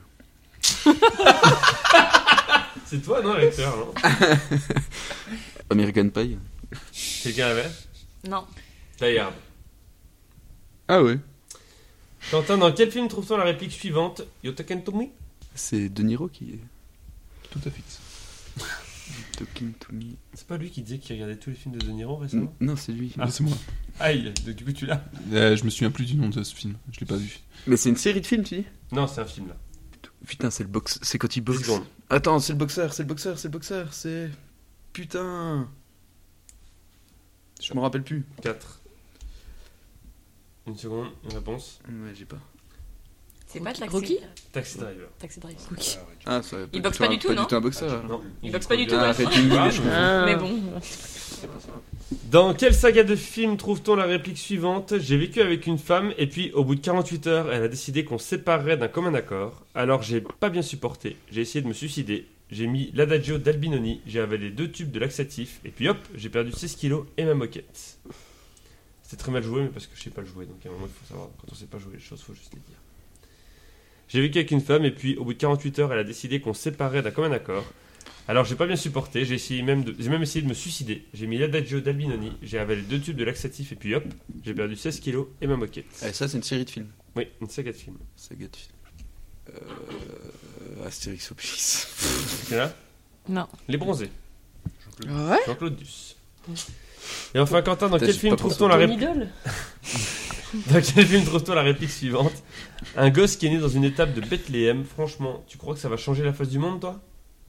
C'est toi, non, lecteur, non? American Pie. Quelqu'un avait? Non. Die Hard. Ah ouais. Quentin, dans quel film trouve-t-on la réplique suivante? You talking to me? C'est De Niro qui est Tout à fait. talking to me. C'est pas lui qui disait qu'il regardait tous les films de De Niro récemment? Non, c'est lui. Ah, c'est moi. Aïe, donc du coup tu l'as? Je me souviens plus du nom de ce film. Je l'ai pas vu. Mais c'est une série de films, tu dis? Non, c'est un film là. Putain, c'est le box. C'est quand il 10 boxe. secondes. Attends, c'est le boxeur, c'est le boxeur, c'est le boxeur, c'est. Putain. Je me rappelle plus. 4. Une seconde, une réponse. Ouais, j'ai pas. C'est pas Taxi Rocky Taxi Driver. Taxi Driver. Ah, ça. Il boxe pas du tout, non? un boxeur. Non, Il boxe pas du tout, Ah, ouais. Rating, je comprends. Ah. Mais bon. Dans quelle saga de film trouve-t-on la réplique suivante? J'ai vécu avec une femme et puis au bout de 48 heures, elle a décidé qu'on se séparerait d'un commun accord. Alors j'ai pas bien supporté, j'ai essayé de me suicider, j'ai mis l'adagio d'Albinoni, j'ai avalé 2 tubes de laxatif et puis hop, j'ai perdu 16 kilos et ma moquette. C'était très mal joué mais parce que je sais pas le jouer, donc à un moment il faut savoir, quand on sait pas jouer les choses, faut juste les dire. J'ai vécu avec une femme et puis au bout de 48 heures, elle a décidé qu'on se séparerait d'un commun accord. Alors j'ai pas bien supporté, j'ai même essayé de me suicider. J'ai mis l'adagio d'Albinoni, j'ai avalé 2 tubes de laxatif et puis hop, j'ai perdu 16 kilos et ma moquette. Ah, ça, c'est une série de films. Oui, une saga de film. Saga de films. Astérix Obélix. C'est là? Non. Les bronzés. Ouais. Jean-Claude Duss. Et enfin Quentin, dans Putain, quel j'ai film pas trouve-t-on Ton la réplique idole. Dans quel film trouve-t-on la réplique suivante? Un gosse qui est né dans une étape de Bethléem. Franchement, tu crois que ça va changer la face du monde, toi?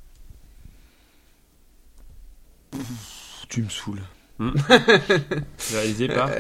Tu me saoules. Réalisé par.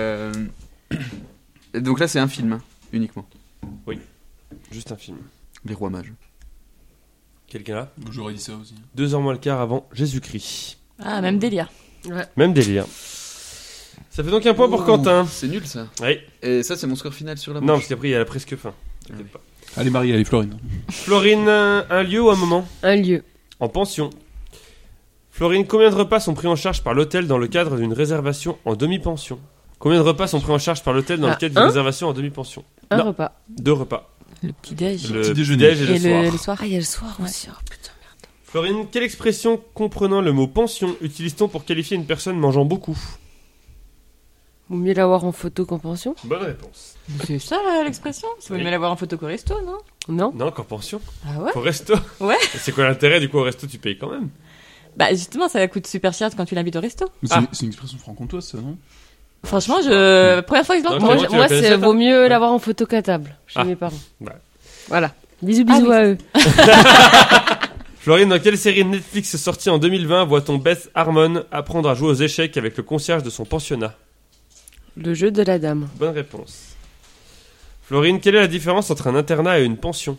Donc là, c'est un film, hein, uniquement. Juste un film. Les Rois Mages. Quelqu'un là? J'aurais dit ça aussi. 2 heures moins le quart avant Jésus-Christ. Ah, même délire. Même délire. Ça fait donc un point pour Ouh, Quentin. C'est nul, ça. Oui. Et ça, c'est mon score final sur la Non, manche. parce qu'après il y a la presque fin. T'inquiète pas. Allez, Marie, allez, Florine. Florine, un lieu ou un moment? Un lieu. En pension. Florine, combien de repas sont pris en charge par l'hôtel dans le cadre d'une réservation en demi-pension? Combien de repas sont pris en charge par l'hôtel dans le cadre d'une réservation en demi-pension? Un Non. repas. 2 repas. Le petit-déj. Le Petit déjeuner. petit-déj et le soir. le soir. Ah, il y a le soir Ouais. aussi. Oh, putain, merde. Florine, quelle expression comprenant le mot pension utilise-t-on pour qualifier une personne mangeant beaucoup? Vaut mieux l'avoir en photo qu'en pension? Bonne réponse. C'est ça l'expression? Ça vaut Oui. mieux l'avoir en photo qu'au resto, non? Non? Non, qu'en pension. Ah ouais? Au resto. Ouais. C'est quoi l'intérêt du coup au resto? Tu payes quand même. Bah justement, ça coûte super cher quand tu l'invites au resto. Mais Ah. c'est une expression franc-comtoise, ça, non? Franchement, première fois que je Non, l'entends. comment Moi, tu la connaissais, c'est toi vaut mieux l'avoir en photo qu'à table, chez Ah. mes parents. Ouais. Voilà. Bisous, Ah bisous oui. à eux. Florine, dans quelle série Netflix sortie en 2020 voit-on Beth Harmon apprendre à jouer aux échecs avec le concierge de son pensionnat? Le jeu de la dame. Bonne réponse. Florine, quelle est la différence entre un internat et une pension?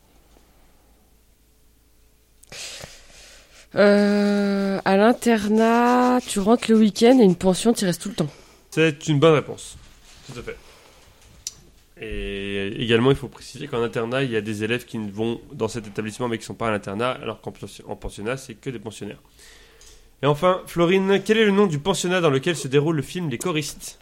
À l'internat, tu rentres le week-end et une pension, tu restes tout le temps. C'est une bonne réponse. Tout à fait. Et également, il faut préciser qu'en internat, il y a des élèves qui vont dans cet établissement mais qui ne sont pas à l'internat, alors qu'en pensionnat, c'est que des pensionnaires. Et enfin, Florine, quel est le nom du pensionnat dans lequel se déroule le film Les Choristes?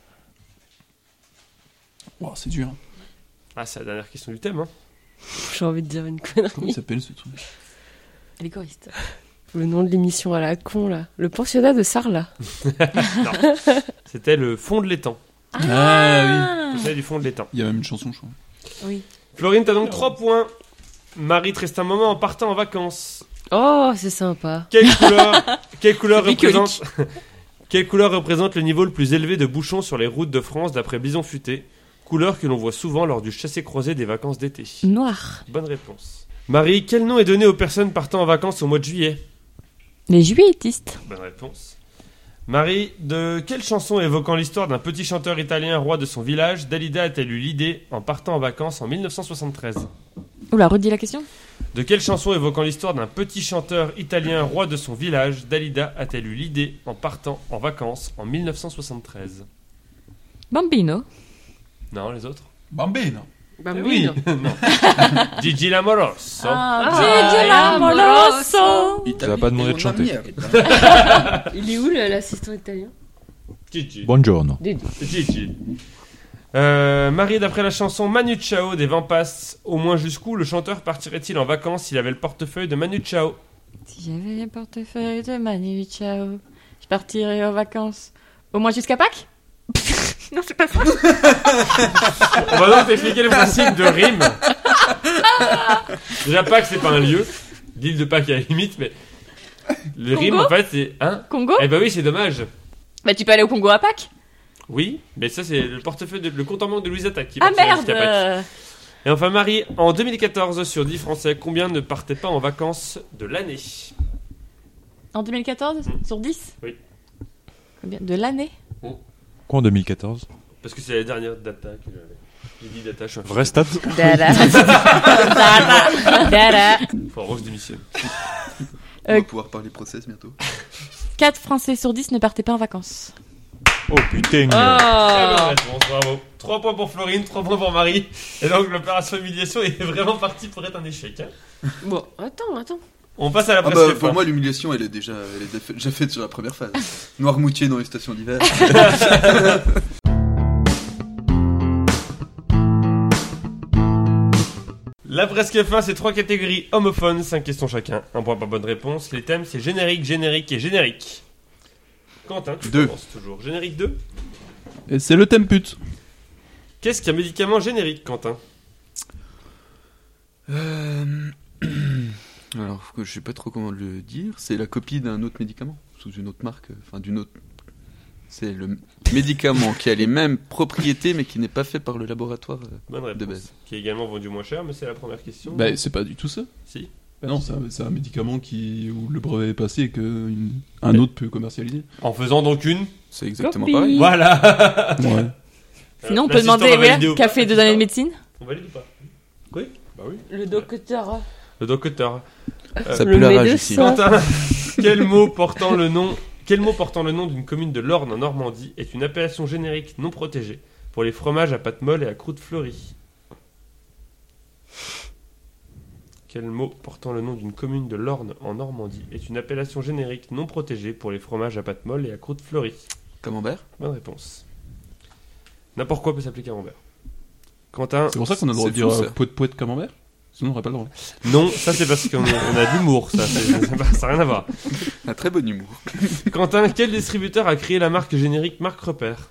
Wow, c'est dur. Ah, c'est la dernière question du thème, hein. J'ai envie de dire une connerie. Comment il s'appelle ce truc? Les choristes. Le nom de l'émission à la con, là. Le pensionnat de Sarlat. C'était le fond de l'étang. Ah C'était du fond de l'étang. oui. Il y a même une chanson, je crois. Oui. Florine, t'as donc 3 points. Marie te reste un moment en partant en vacances. Oh, c'est sympa. Quelle couleur C'est représente quelle couleur représente le niveau le plus élevé de bouchons sur les routes de France d'après Bison Futé? Couleur que l'on voit souvent lors du chassé-croisé des vacances d'été. Noir. Bonne réponse. Marie, quel nom est donné aux personnes partant en vacances au mois de juillet? Les juilletistes. Bonne réponse. Marie, de quelle chanson évoquant l'histoire d'un petit chanteur italien roi de son village, Dalida a-t-elle eu l'idée en partant en vacances en 1973? Oula, redis la question. De quelle chanson évoquant l'histoire d'un petit chanteur italien roi de son village, Dalida a-t-elle eu l'idée en partant en vacances en 1973? Bambino. Non, les autres? Bambino. Bambino. Non. Gigi Lamoroso. Gigi Lamoroso. Ça va pas demander de chanter. Il est où l'assistant italien? Gigi. Buongiorno. Gigi. Marie, d'après la chanson Manu Chao des Vampas, au moins jusqu'où le chanteur partirait-il en vacances s'il avait le portefeuille de Manu Chao? Si j'avais un portefeuille de Manu Chao, je partirais en vacances. Au moins jusqu'à Pâques? Non, c'est pas ça. On va donc t'expliquer le principe de rime. Déjà, Pâques, c'est pas un lieu. L'île de Pâques à la limite, mais le Congo rime, en fait, c'est... Hein? Congo? Eh ben oui, c'est dommage. Bah tu peux aller au Congo à Pâques? Oui, mais ça, c'est le portefeuille, le compte en banque de Louise Attaque qui Ah partirait merde. jusqu'à Pâques. Et enfin, Marie, en 2014, sur 10 Français, combien ne partaient pas en vacances de l'année? En 2014 sur 10? Oui. Combien? De l'année? Quoi en 2014? Parce que c'est la dernière data que j'avais. J'ai dit data, je suis un Vrai stade? Dada. Dada. Faut Rose démissionne. On va pouvoir parler process bientôt. 4 Français sur 10 ne partaient pas en vacances. Oh putain! Très Oh. bonne réponse, bravo. 3 points pour Florine, 3 points pour Marie. Et donc l'opération humiliation est vraiment partie pour être un échec. Hein. Bon, attends. On passe à la Ah presque bah, fin. pour moi, l'humiliation, elle est déjà faite sur la première phase. Noirmoutier dans les stations d'hiver. La presque fin, c'est 3 catégories homophones, 5 questions chacun. Un point par bonne réponse. Les thèmes, c'est générique, générique et générique. Quentin, tu 2. commences toujours. Générique 2. Et c'est le thème pute. Qu'est-ce qu'un médicament générique, Quentin? Alors, je sais pas trop comment le dire. C'est la copie d'un autre médicament, sous une autre marque, enfin d'une autre. C'est le médicament qui a les mêmes propriétés, mais qui n'est pas fait par le laboratoire. Bonne réponse. De base. Qui est également vendu moins cher, mais c'est la première question. Bah, c'est pas du tout ça. Si. Bah non, c'est un médicament où le brevet est passé et qu'un autre peut commercialiser. En faisant donc une. C'est exactement Copie. pareil. Voilà. Ouais. Sinon, on peut L'assistant demander va valider ou pas. qu'a fait 2 années de médecine? On valide ou pas? Oui. Bah oui. Le docteur. Le docteur. Ça Le pue la rage médecin. ici. Quentin, quel mot portant le nom d'une commune de l'Orne en Normandie est une appellation générique non protégée pour les fromages à pâte molle et à croûte fleurie? Quel mot portant le nom d'une commune de l'Orne en Normandie est une appellation générique non protégée pour les fromages à pâte molle et à croûte fleurie? Camembert. Bonne réponse. N'importe quoi peut s'appeler camembert. Quentin? C'est pour ça qu'on a le droit de C'est dire fou, ça. poète camembert. Sinon on n'aurait pas le droit. Non, ça c'est parce qu'on a de l'humour, ça n'a rien à voir. Un très bon humour. Quentin, quel distributeur a créé la marque générique Marque Repère?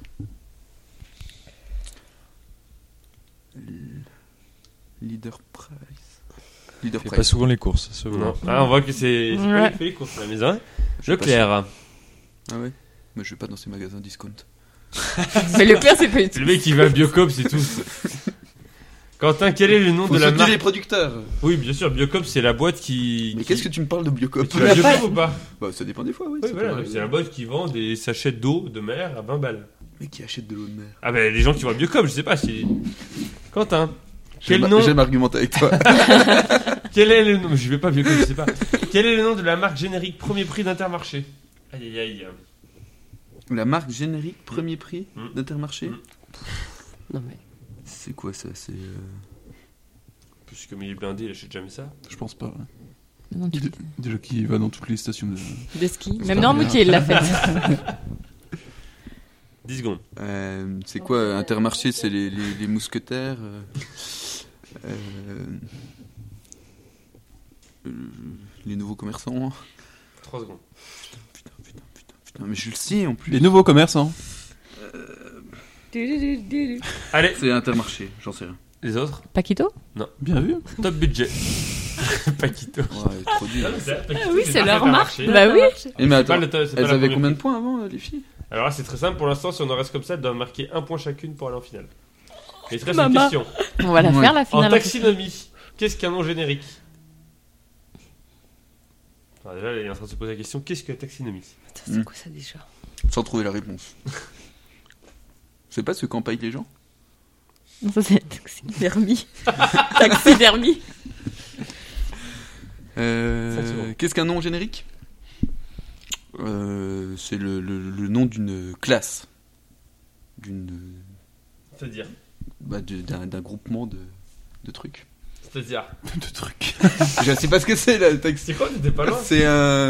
Leader Price. Leader Il fait Price. pas souvent les courses. Ce Non. Ah, on voit que c'est pas Ouais. lui qui fait les courses à la maison. Je sais pas Leclerc. Ah ouais. Mais je vais pas dans ces magasins discount. Mais le pire, c'est pas du C'est tout. le mec qui va à Biocop, c'est tout. Quentin, quel est le nom Faut de la soutenir marque? les producteurs. Oui, bien sûr, Biocop c'est la boîte qui. Mais qu'est-ce que tu me parles de Biocop? Tu vas à Biocop ou pas? Bah ça dépend des fois, oui. Oui, ça voilà, peut donc arriver. c'est la boîte qui vend des sachets d'eau de mer à 20 balles. Mais qui achète de l'eau de mer? Ah ben les gens qui vont à Biocop, je sais pas si. Quentin, quel nom? J'aime argumenter avec toi. Quel est le nom? Je vais pas à Biocop, je sais pas. Quel est le nom de la marque générique premier prix d'Intermarché? Aïe aïe aïe. La marque générique premier prix Mm. d'Intermarché. Mm. Non mais. C'est quoi ça? C'est Plus comme il est blindé, il achète jamais ça. Je pense pas. Ouais. Non, tu- Déjà qu'il va dans toutes les stations de. De ski. Même dans Moutier, il l'a fait. 10 secondes. c'est quoi Intermarché? C'est les mousquetaires. Les nouveaux commerçants. 3 secondes. Putain, mais je le sais en plus. Les nouveaux commerçants. Allez, C'est Intermarché, j'en sais rien. les autres. Paquito? Bien vu. Top budget. Paquito. Ouais, trop dur. Oui, c'est leur marque. marché. Bah oui. Eh, mais C'est pas attends, le top- c'est pas elles la avaient première combien de prix. points avant, les filles? Alors là, c'est très simple. Pour l'instant, si on en reste comme ça, elles doivent marquer 1 point chacune pour aller en finale. Et il te reste une Maman. question. On va la Ouais. faire, la En finale. taxinomie, qu'est-ce qu'un nom générique? Alors déjà, il est en train de se poser la question, qu'est-ce que la taxinomie? Attends, c'est quoi ça déjà? Sans trouver la réponse. C'est pas ce qu'empaillent les gens? Non, ça, c'est taxidermie. Taxidermie. secondes. Qu'est-ce qu'un nom générique? C'est le nom d'une classe. C'est-à-dire D'un groupement de trucs. C'est-à-dire De trucs. Je sais pas ce que c'est la taxi. C'est quoi? T'étais pas loin? C'est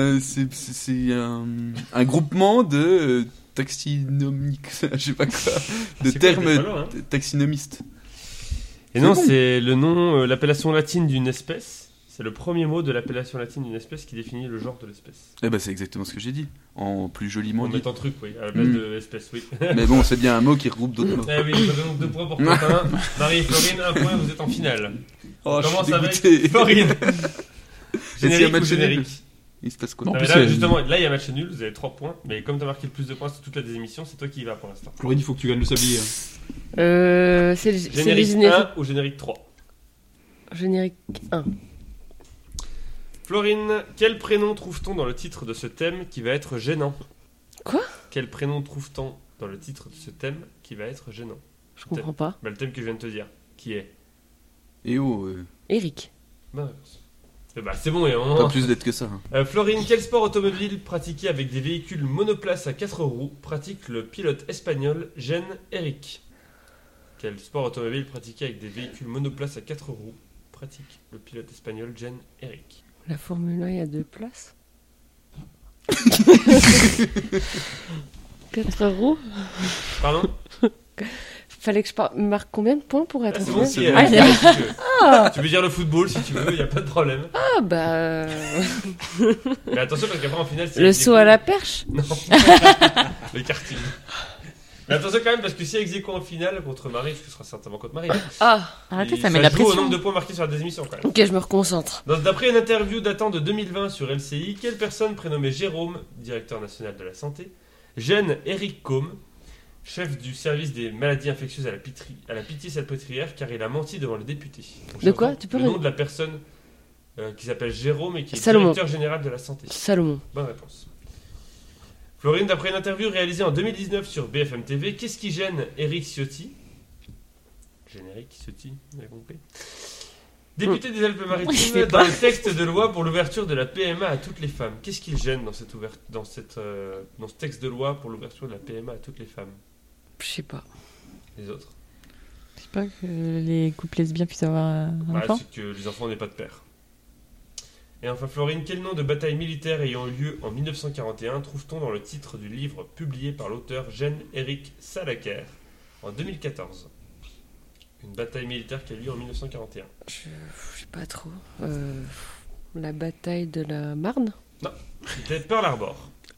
un groupement de taxinomiques, je sais pas quoi, de C'est quoi, termes t'es pas loin, hein. taxinomistes. Et non, bon. c'est le nom, l'appellation latine d'une espèce. C'est le premier mot de l'appellation latine d'une espèce qui définit le genre de l'espèce. Eh ben c'est exactement ce que j'ai dit, en plus joliment En dit. mettant truc, oui, à la place Mm. de espèce, oui. Mais bon, c'est bien un mot qui regroupe d'autres mots. Eh oui, ça donne donc 2 points pour Quentin. Marie et Florine, 1 point, vous êtes en finale. Oh, Comment je suis ça va être dégoûté. Florine? S'il y a Générique ou match nul, générique? il se passe quoi? Non. Ah, En mais plus, là, c'est- justement, là, il y a match nul, vous avez 3 points. Mais comme tu as marqué le plus de points sur toute la des émissions, c'est toi qui y vas pour l'instant. Florine, il faut que tu gagnes le sablier. C'est les Générique génériques. 1 ou générique 3? Générique 1. Florine, quel prénom trouve-t-on dans le titre de ce thème qui va être gênant? Quoi? Quel prénom trouve-t-on dans le titre de ce thème qui va être gênant? Je comprends pas. Bah, le thème que je viens de te dire, qui est... Et oh, Eric. Bonne réponse. Eh bah, c'est bon, et pas on... plus d'être que ça. Hein. Florine, quel sport automobile pratiqué avec des véhicules monoplaces à 4 roues pratique le pilote espagnol Jen Eric? Quel sport automobile pratiqué avec des véhicules monoplaces à 4 roues pratique le pilote espagnol Jen Eric? La Formule 1, il y a 2 places. 4 roues. Pardon? Fallait que je marque combien de points pour être Ah, c'est en bon, finale? si, si tu veux. Tu veux dire le football si tu veux, il n'y a pas de problème. Ah bah. Mais attention parce qu'après en finale c'est Le saut à la perche? Non. Le karting. Mais attention quand même parce que si ex aequo en finale contre Marie, ce sera certainement contre Marie. Ah. Arrêtez, Et ça met la joue au pression. nombre de points marqués sur la désémission quand même. Ok, je me reconcentre. D'après une interview datant de 2020 sur LCI, quelle personne prénommée Jérôme, directeur national de la santé, gêne Eric Combe, chef du service des maladies infectieuses à la Pitié-Salpêtrière, car il a menti devant les députés. Donc, De quoi? j'entends Tu peux le nom ré- de la personne qui s'appelle Jérôme et qui est Salomon. directeur général de la santé. Salomon. Bonne réponse. Florine, d'après une interview réalisée en 2019 sur BFM TV, qu'est-ce qui gêne Éric Ciotti? Générique Ciotti, vous avez compris. Député des Alpes-Maritimes, sais dans pas. le texte de loi pour l'ouverture de la PMA à toutes les femmes. Qu'est-ce qui le gêne dans, dans ce texte de loi pour l'ouverture de la PMA à toutes les femmes? Je sais pas. Les autres? Je sais pas que les couples lesbiens puissent avoir un Bah, enfant. c'est que les enfants n'aient pas de père. Et enfin, Florine, quel nom de bataille militaire ayant eu lieu en 1941 trouve-t-on dans le titre du livre publié par l'auteur Jean-Éric Salaker en 2014 ? Une bataille militaire qui a eu lieu en 1941. Je sais pas trop. La bataille de la Marne. C'était Pearl Harbor.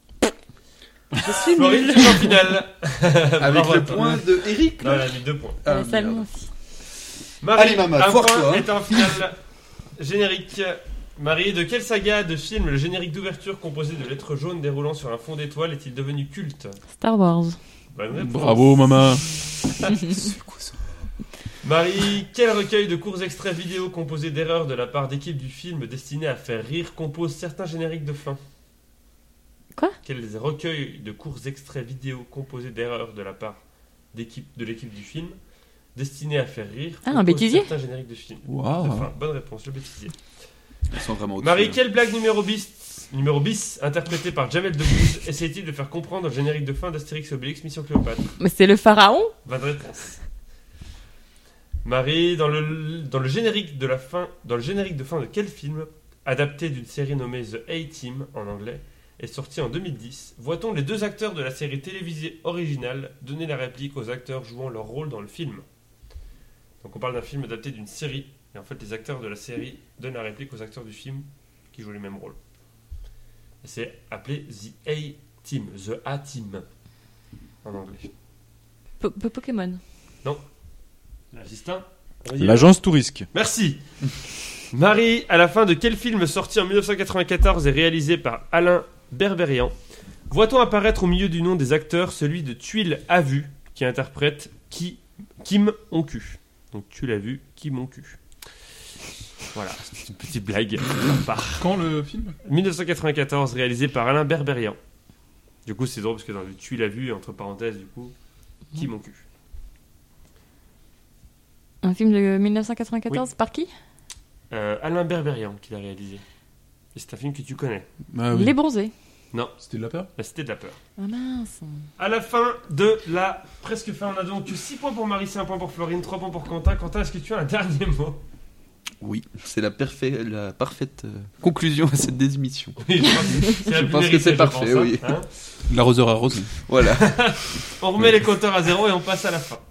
Je suis Florine, nulle. tu es en finale. Avec Bravo le à toi. point de Eric. Non, elle a mis 2 points. Ah, Salmon merde. aussi. Marie, Allez, maman, un force-toi, point hein. est en finale. Générique. Marie, de quelle saga de film le générique d'ouverture composé de lettres jaunes déroulant sur un fond d'étoiles est-il devenu culte ? Star Wars. Bonne réponse. Bravo, maman. C'est quoi ça? Marie, quel recueil de courts extraits vidéo composés d'erreurs de la part d'équipes du film destinées à faire rire compose certains génériques de fin ? Quoi ? Quel recueil de courts extraits vidéo composés d'erreurs de la part de l'équipe du film destinés à faire rire Ah, un compose bêtisier ? certains génériques de film. Waouh. Enfin, bonne réponse, le bêtisier. Ils sont vraiment au-dessus, Marie, hein. quelle blague numéro bis interprétée par Jamel Debbouze essaye-t-il de faire comprendre le générique de fin d'Astérix et Obélix Mission Cléopâtre ? Mais c'est le pharaon ? Bonne réponse. Marie, dans le générique de fin de quel film, adapté d'une série nommée The A-Team en anglais, est sorti en 2010, voit-on les deux acteurs de la série télévisée originale donner la réplique aux acteurs jouant leur rôle dans le film ? Donc on parle d'un film adapté d'une série, et en fait les acteurs de la série donnent la réplique aux acteurs du film qui jouent les mêmes rôles. Et c'est appelé The A-Team, The A-Team en anglais. Pokémon. L'assistant ? L'agence Tourisque. Merci. Marie, à la fin de quel film sorti en 1994 et réalisé par Alain Berberian, voit-on apparaître au milieu du nom des acteurs celui de Tuile à vue qui interprète Kim On-Cul. Donc tu l'as vu, Kim On-Cul. Voilà, c'est une petite blague. Quand le film 1994 réalisé par Alain Berberian. Du coup c'est drôle parce que dans le Tuile à vue, entre parenthèses du coup, Kim On-Cul. Un film de 1994 par qui ? Alain Berberian qui l'a réalisé. Et c'est un film que tu connais. Ah oui. Les Bronzés. C'était de la peur. La Cité de la peur. Ah mince. À la fin de la presque fin, on a donc 6 points pour Marie, 1 point pour Florine, 3 points pour Quentin. Quentin, est-ce que tu as un dernier mot ? Oui, c'est la parfaite conclusion à cette démission. Oui, Je pense que c'est parfait, oui. Hein. L'arroseur arrosé. Voilà. On remet les compteurs à 0 et on passe à la fin.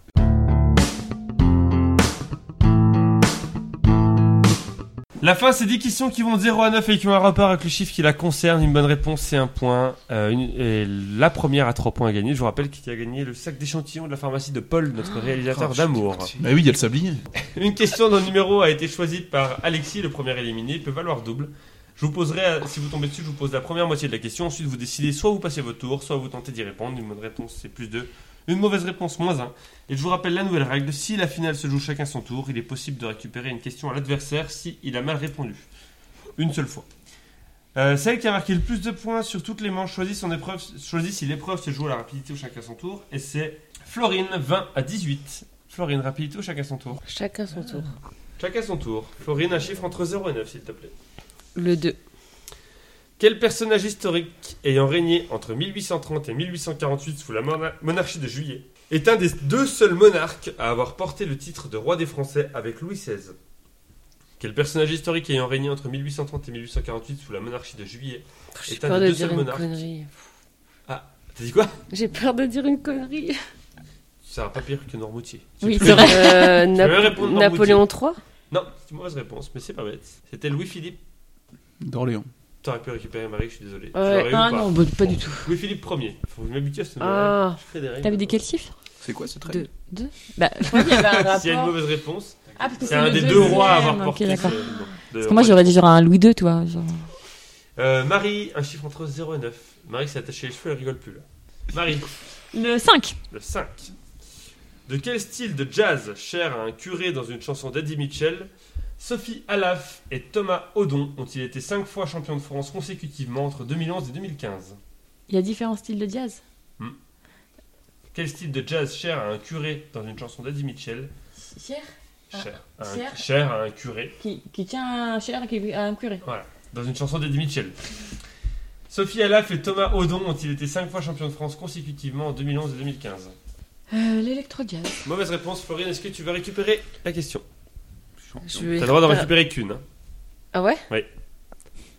La fin, c'est 10 questions qui vont de 0 à 9 et qui ont un rapport avec le chiffre qui la concerne. Une bonne réponse, c'est 1 point. Et la première à 3 points à gagner. Je vous rappelle qu'il a gagné le sac d'échantillons de la pharmacie de Paul, notre réalisateur d'amour. Bah oui, il y a le sablier. Une question dont le numéro a été choisi par Alexis, le premier éliminé, peut valoir double. Je vous poserai, si vous tombez dessus, je vous pose la première moitié de la question. Ensuite, vous décidez soit vous passez votre tour, soit vous tentez d'y répondre. Une bonne réponse, c'est plus 2. Une mauvaise réponse, moins 1. Et je vous rappelle la nouvelle règle. Si la finale se joue chacun son tour, il est possible de récupérer une question à l'adversaire s'il a mal répondu. Une seule fois. Celle qui a marqué le plus de points sur toutes les manches choisit si l'épreuve se joue à la rapidité ou chacun son tour. Et c'est Florine, 20 à 18. Florine, rapidité ou chacun son tour ? Chacun son tour. Chacun son tour. Florine, un chiffre entre 0 et 9, s'il te plaît. Le 2. Quel personnage historique ayant régné entre 1830 et 1848 sous la monarchie de Juillet est un des 2 seuls monarques à avoir porté le titre de roi des Français avec Louis XVI ? Quel personnage historique ayant régné entre 1830 et 1848 sous la monarchie de Juillet J'ai est un peur des de 2 seuls dire une monarques ? connerie. T'as dit quoi ? J'ai peur de dire une connerie. Ça sera pas pire que Normoutier. Oui, c'est vrai. Je vais répondre Napoléon III. Non, c'est une mauvaise réponse, mais c'est pas bête. C'était Louis-Philippe. D'Orléans. T'aurais pu récupérer Marie, je suis désolé. Tu Ouais. l'aurais eu ou Ah pas non, pas du tout. Louis-Philippe Ier. Faut que je m'habitue à ce Ah. Frédéric. T'avais dit quel chiffre ? C'est quoi cette 2. règle 2 Bah, je crois qu'il y avait un rapport. S'il y a une mauvaise réponse, Ah, parce que c'est un le des 2 deuxième. rois à avoir Ok, porté. d'accord. ce- Parce que moi, j'aurais dit genre un Louis II, tu vois. Genre... Marie, un chiffre entre 0 et 9. Marie s'est attachée les cheveux, elle rigole plus là. Marie, Le 5. le 5. De quel style de jazz cher à un curé dans une chanson d'Eddie Mitchell, Sophie Alaf et Thomas Audon ont-ils été 5 fois champions de France consécutivement entre 2011 et 2015 ? Il y a différents styles de jazz. Quel style de jazz cher à un curé dans une chanson d'Eddie Mitchell, Cher cher à un curé, qui tient un cher qui a un curé. dans une chanson d'Eddie Mitchell. Sophie Alaf et Thomas Audon ont-ils été 5 fois champions de France consécutivement en 2011 et 2015 ? L'électro-jazz. Mauvaise réponse, Florine, est-ce que tu vas récupérer la question ? Je T'as vais le droit d'en faire- récupérer qu'une. Hein. Ah ouais Oui.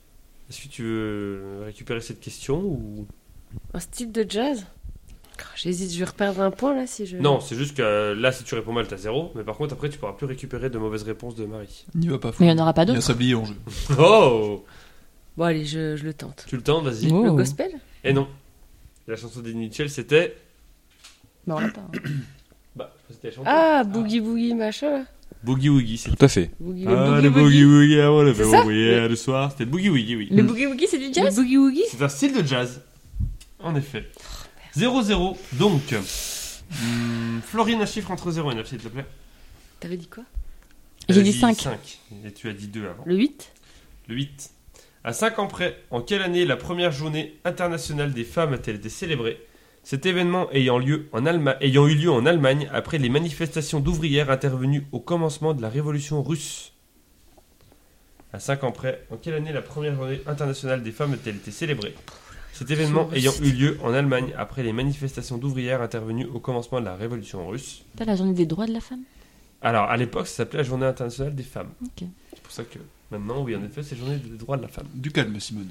Est-ce que tu veux récupérer cette question ou... Un style de jazz? J'hésite, je vais reperdre un point là si je. Non, c'est juste que là, si tu réponds mal, t'as 0. Mais par contre, après, tu pourras plus récupérer de mauvaises réponses de Marie. N'y va pas fou. Mais il n'y en aura pas Il y a d'autres. Sablier en jeu. Oh! Bon, allez, je le tente. Tu le tentes, vas-y. Oh. Le gospel? Et non. La chanson d'Eddie Mitchell, c'était... Bah, on l'a pas. hein. Bah, c'était la chanson. Ah, Boogie Boogie machin là. Boogie Woogie, c'est... Tout à fait. Boogie Ah, Boogie le Boogie Woogie, ah, ouais, le C'est ça Boogie le soir. C'était le Boogie Woogie, oui. Le boogie woogie, c'est du Le jazz? Boogie Woogie? C'est un style de jazz. En effet. 0-0, donc... Florine, un chiffre entre 0 et 9, s'il te plaît. T'avais dit quoi? Elle J'ai a dit 5. 5. Et tu as dit 2 avant. Le 8? Le 8. À 5 ans près, en quelle année la première journée internationale des femmes a-t-elle été célébrée? Cet événement ayant eu lieu en Allemagne après les manifestations d'ouvrières intervenues au commencement de la révolution russe. À 5 ans près, en quelle année la première journée internationale des femmes a-t-elle été célébrée? Cet événement ayant eu lieu en Allemagne après les manifestations d'ouvrières intervenues au commencement de la révolution russe. T'as la journée des droits de la femme? Alors, à l'époque, ça s'appelait la journée internationale des femmes. Ok. C'est pour ça que maintenant, oui, en effet, c'est la journée des droits de la femme. Du calme, Simone.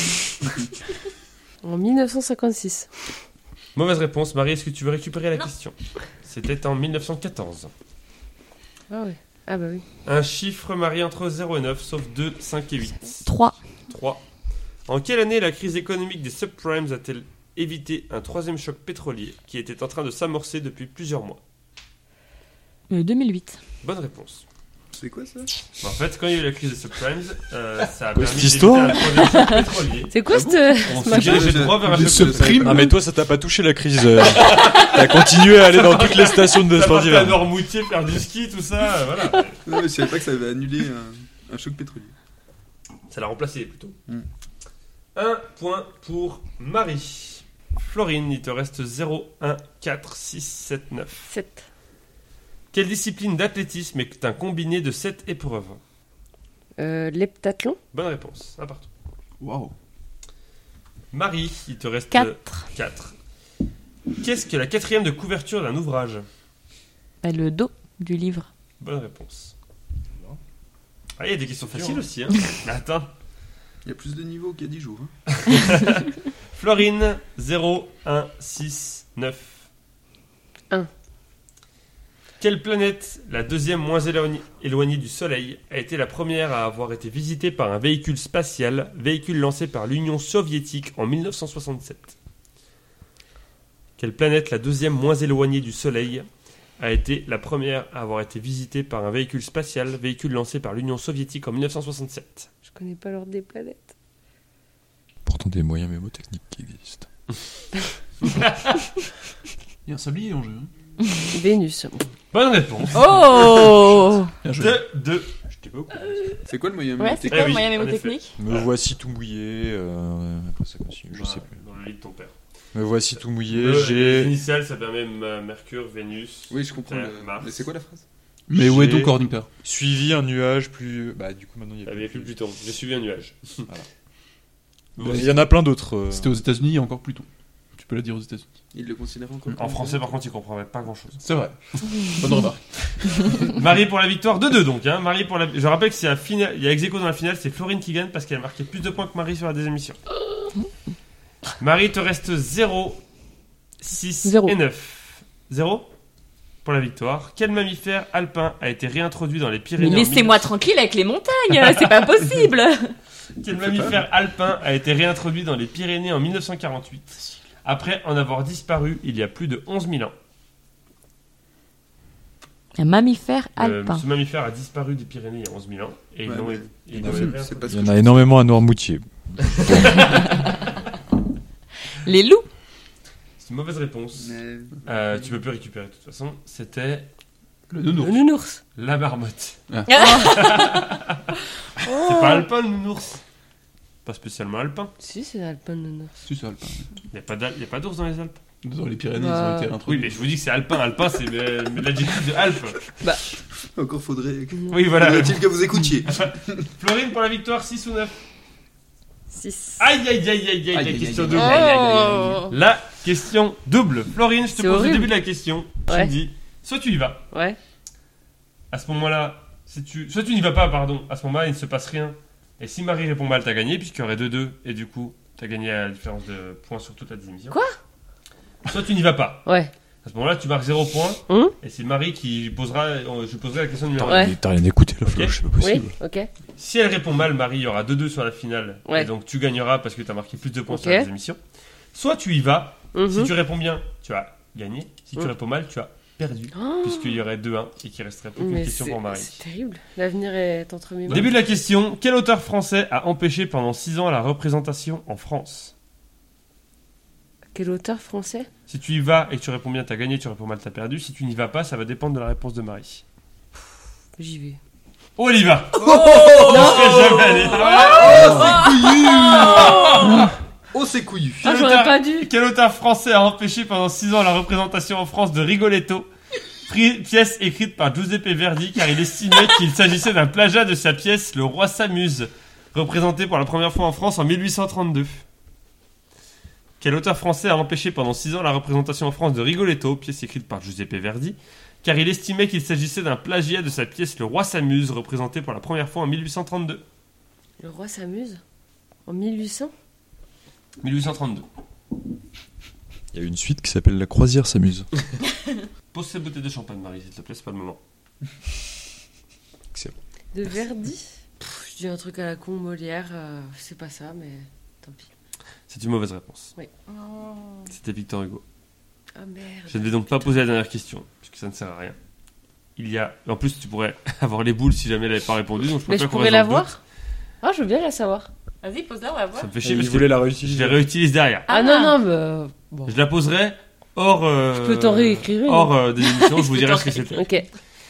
En 1956. Mauvaise réponse. Marie, est-ce que tu veux récupérer la question? C'était en 1914. Ah ouais. Ah bah oui. Un chiffre, Marie, entre 0 et 9, sauf 2, 5 et 8. 3. 3. En quelle année la crise économique des subprimes a-t-elle évité un troisième choc pétrolier qui était en train de s'amorcer depuis plusieurs mois? 2008. Bonne réponse. C'est quoi ça? En fait, quand il y a eu la crise des subprimes, ça a Quoi, permis cette d'éviter histoire un troisième choc pétrolier. C'est quoi Ah cette. On ce s'est machin dirigé droit vers un Les choc pétrolier. subprimes. Ah, mais toi, ça t'a pas touché la crise. T'as continué à aller dans toutes les stations de Ça sport partait à d'hiver. Noirmoutier faire du ski, tout ça, voilà. Non, mais je savais pas que ça avait annulé un choc pétrolier. Ça l'a remplacé plutôt. Mm. 1 point pour Marie. Florine, il te reste 0, 1, 4, 6, 7, 9. 7. Quelle discipline d'athlétisme est un combiné de 7 épreuves? L'heptathlon? Bonne réponse, un partout. Waouh. Marie, il te reste 4. 4. Qu'est-ce que la quatrième de couverture d'un ouvrage? Bah, le dos du livre. Bonne réponse. Ah, il y a des questions faciles aussi, hein. Mais attends. Il y a plus de niveaux qu'il y a 10 jours. Florine, 0, 1, 6, 9. 1. Quelle planète, la deuxième moins éloignée du Soleil, a été la première à avoir été visitée par un véhicule spatial, véhicule lancé par l'Union soviétique en 1967? Quelle planète, la deuxième moins éloignée du Soleil, a été la première à avoir été visitée par un véhicule spatial, véhicule lancé par l'Union soviétique en 1967? Je connais pas l'ordre des planètes. Pourtant, des moyens mémotechniques qui existent. Il y a un sablier en jeu. Hein. Vénus. Bonne réponse. Oh! Bien joué. 2. J'étais pas au courant. C'est quoi le moyen Ouais, c'est technique quoi oui, le moyen en mémotechnique? Me voici tout mouillé. Après, ça continue. Je sais plus. Dans le lit de ton père. Me voici tout mouillé. Les J'ai. initiales, ça permet Mercure, Vénus. Oui, je comprends. Terre, Mars. Mais c'est quoi la phrase? Mais où est J'ai- donc Orniper? Suivi un nuage plus. Bah, du coup, maintenant, il y a Il n'y a plus Pluton. J'ai suivi un nuage. Il y en a plein d'autres. C'était aux États-Unis, il y a encore Pluton. Tu peux la dire aux États-Unis. Il le considère encore. En français, par contre, il comprendrait pas grand-chose. C'est vrai. Bonne remarque. Marie pour la victoire, 2-2 donc. Hein. Marie pour la... Je rappelle que s'il y a, il y a ex-aequo dans la finale, c'est Florine qui gagne parce qu'elle a marqué plus de points que Marie sur la deuxième émission. Marie, il te reste 0, 6 Zéro. et 9. 0 pour la victoire. Quel mammifère alpin a été réintroduit dans les Mais Pyrénées laissez-moi tranquille avec les montagnes, c'est pas possible! Quel mammifère alpin a été réintroduit dans les Pyrénées en 1948 après en avoir disparu il y a plus de 11 000 ans? Un mammifère alpin. Ce mammifère a disparu des Pyrénées il y a 11 000 ans. Et ils Ouais, l'ont- mais- et ils Non, l'ont c'est réintroduit. pas ce Il y que en je a énormément à Noirmoutier. Les loups. C'est une mauvaise réponse. Mais- Tu peux plus récupérer de toute façon. C'était Le Le nounours. nounours. la marmotte. Oh. C'est pas alpin le nounours. Pas spécialement alpin. Si, c'est alpin le nounours. Si, c'est alpin. Il n'y a pas d'ours dans les Alpes. Dans les Pyrénées, ils Bah, ont été Oui, introduits. mais je vous dis que c'est alpin. Alpin, c'est l'adjectif de Alpes. Encore faudrait. Oui, voilà. Faudrait-il que vous écoutiez. Florine pour la victoire, 6 ou 9? 6. Aïe, aïe, aïe, aïe, aïe, la Aïe, question aïe, double. Oh! La question double. Florine, je te C'est pose le horrible. début de la question. Tu Ouais. me dis, soit tu y vas. Ouais. À ce moment-là, soit tu n'y vas pas, pardon. À ce moment-là, il ne se passe rien. Et si Marie répond mal, t'as gagné, puisqu'il y aurait 2-2, et du coup, t'as gagné à la différence de points sur toute la émission. Quoi ? Soit tu n'y vas pas. Ouais. À ce moment-là, tu marques 0 points, et c'est Marie qui posera, je poserai la question numéro 1. Ouais. Mais t'as rien écouté, là, Flo, c'est pas Oui, possible. ok. Si elle répond mal, Marie, il y aura 2-2 sur la finale, Ouais. et donc tu gagneras parce que t'as marqué plus de points sur Ok. la émission. Soit tu y vas, si Mhm. tu réponds bien, tu as gagné, si tu réponds mal, tu as perdu, Oh, puisqu'il y aurait 2-1, et qu'il resterait plus qu'une mais question pour Marie. c'est terrible. L'avenir est entre mes mains. Début de la question, quel auteur français a empêché pendant 6 ans la représentation en France ? Quel auteur français ? Si tu y vas et que tu réponds bien, t'as gagné, tu réponds mal, t'as perdu. Si tu n'y vas pas, ça va dépendre de la réponse de Marie. J'y vais. Oh, elle y va. On serait jamais allé. Oh, c'est couillu. Ah, j'aurais pas dû. Quel auteur français a empêché pendant 6 ans la représentation en France de Rigoletto, pièce écrite par Giuseppe Verdi, car il estimait qu'il s'agissait d'un plagiat de sa pièce Le Roi s'amuse, représentée pour la première fois en France en 1832. Quel auteur français a empêché pendant 6 ans la représentation en France de Rigoletto, pièce écrite par Giuseppe Verdi, car il estimait qu'il s'agissait d'un plagiat de sa pièce Le Roi s'amuse, représentée pour la première fois en 1832. Le roi s'amuse ? En 1800 ? 1832. Il y a une suite qui s'appelle La Croisière s'amuse. Pose cette bouteille de champagne, Marie, s'il te plaît, c'est pas le moment. De Verdi ? Je dis un truc à la con, Molière, c'est pas ça, mais tant pis. C'est une mauvaise réponse. Oh. C'était Victor Hugo. Ah merde. Je ne vais donc pas poser la dernière question, puisque ça ne sert à rien. Il y a... En plus, tu pourrais avoir les boules si jamais elle n'avait pas répondu, donc je Mais préfère je qu'on pourrais la résolve voir ? Ah, je veux bien la savoir. Vas-y, pose-la, on va d'autres. voir. Ça me fait chier Il parce que voulait la je réutiliser. les réutilise derrière. Ah, non, non, mais... Bon. Je la poserai hors... Je peux t'en réécrire une. hors des émissions, je vous dirai ce que c'était. Ok.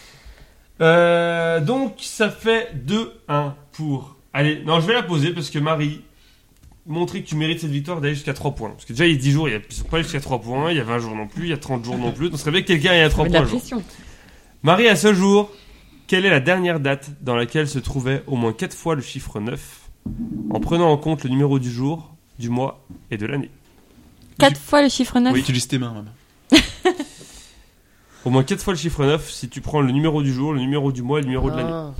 Donc, ça fait 2-1 pour... Allez, non, je vais la poser parce que Marie... Montrer que tu mérites cette victoire d'aller jusqu'à 3 points. Parce que déjà, il y a 10 jours, ils ne sont pas jusqu'à 3 points. Il y a 20 jours non plus. Il y a 30 jours non plus. Donc, ce serait bien que quelqu'un ait à 3 Mais de points. la un jour. pression. Marie, à ce jour, quelle est la dernière date dans laquelle se trouvait au moins 4 fois le chiffre 9, en prenant en compte le numéro du jour, du mois et de l'année ? 4 fois le chiffre 9. Oui, utilise tes mains, maman. Au moins 4 fois le chiffre 9 si tu prends le numéro du jour, le numéro du mois et le numéro de l'année. Ah.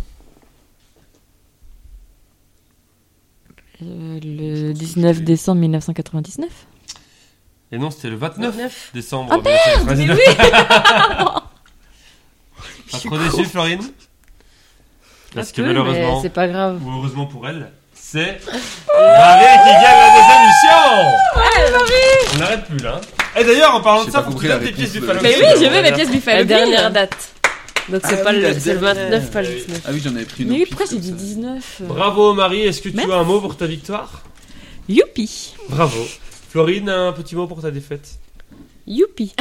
Le 19 décembre 1999. Et non, c'était le 29 29. décembre. Ah, merde, 1999. Pas trop déçu, Florine ? Parce que Un peu, mais malheureusement, c'est pas grave. ou heureusement pour elle, c'est Marie qui gagne la deuxième émission. On n'arrête plus là. Et d'ailleurs, en parlant de J'ai ça, pas faut que compris tu la donnes tes pièces réponse du de- Fallope. Mais oui, je veux mes pièces La Buffalo Bill. dernière date. Donc c'est Ah pas oui, la c'est le dernière. 29, pas le 19. Ah oui, j'en avais pris une Mais au oui, pif, pourquoi j'ai comme dit ça. 19 Bravo Marie, est-ce que tu Merci. as un mot pour ta victoire ? Youpi. Bravo. Florine, un petit mot pour ta défaite. Youpi.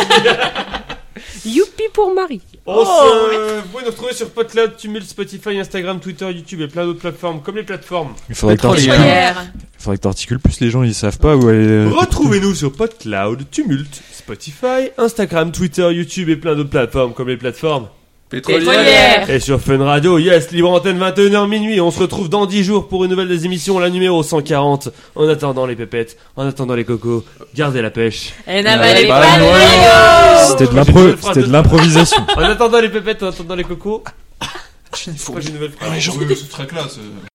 Youpi pour Marie. Vous pouvez nous retrouver sur PodCloud, Tumult, Spotify, Instagram, Twitter, YouTube et plein d'autres plateformes comme les plateformes. Il faudrait que Pétrolière. t'articules plus, les gens ils savent pas où aller. Retrouvez-nous sur PodCloud, Tumult, Spotify, Instagram, Twitter, YouTube et plein d'autres plateformes comme les plateformes. Pétrolière. Et sur Fun Radio, yes, libre antenne 21h minuit. On se retrouve dans 10 jours pour une nouvelle des émissions, la numéro 140. En attendant les pépettes, en attendant les cocos, gardez la pêche. Et n'avalez pas pas le le noyau. noyau. C'était de J'ai une nouvelle phrase c'était de l'improvisation. En attendant les pépettes, en attendant les cocos. J'ai une Moi, j'ai une nouvelle phrase. Oui, ce serait classe.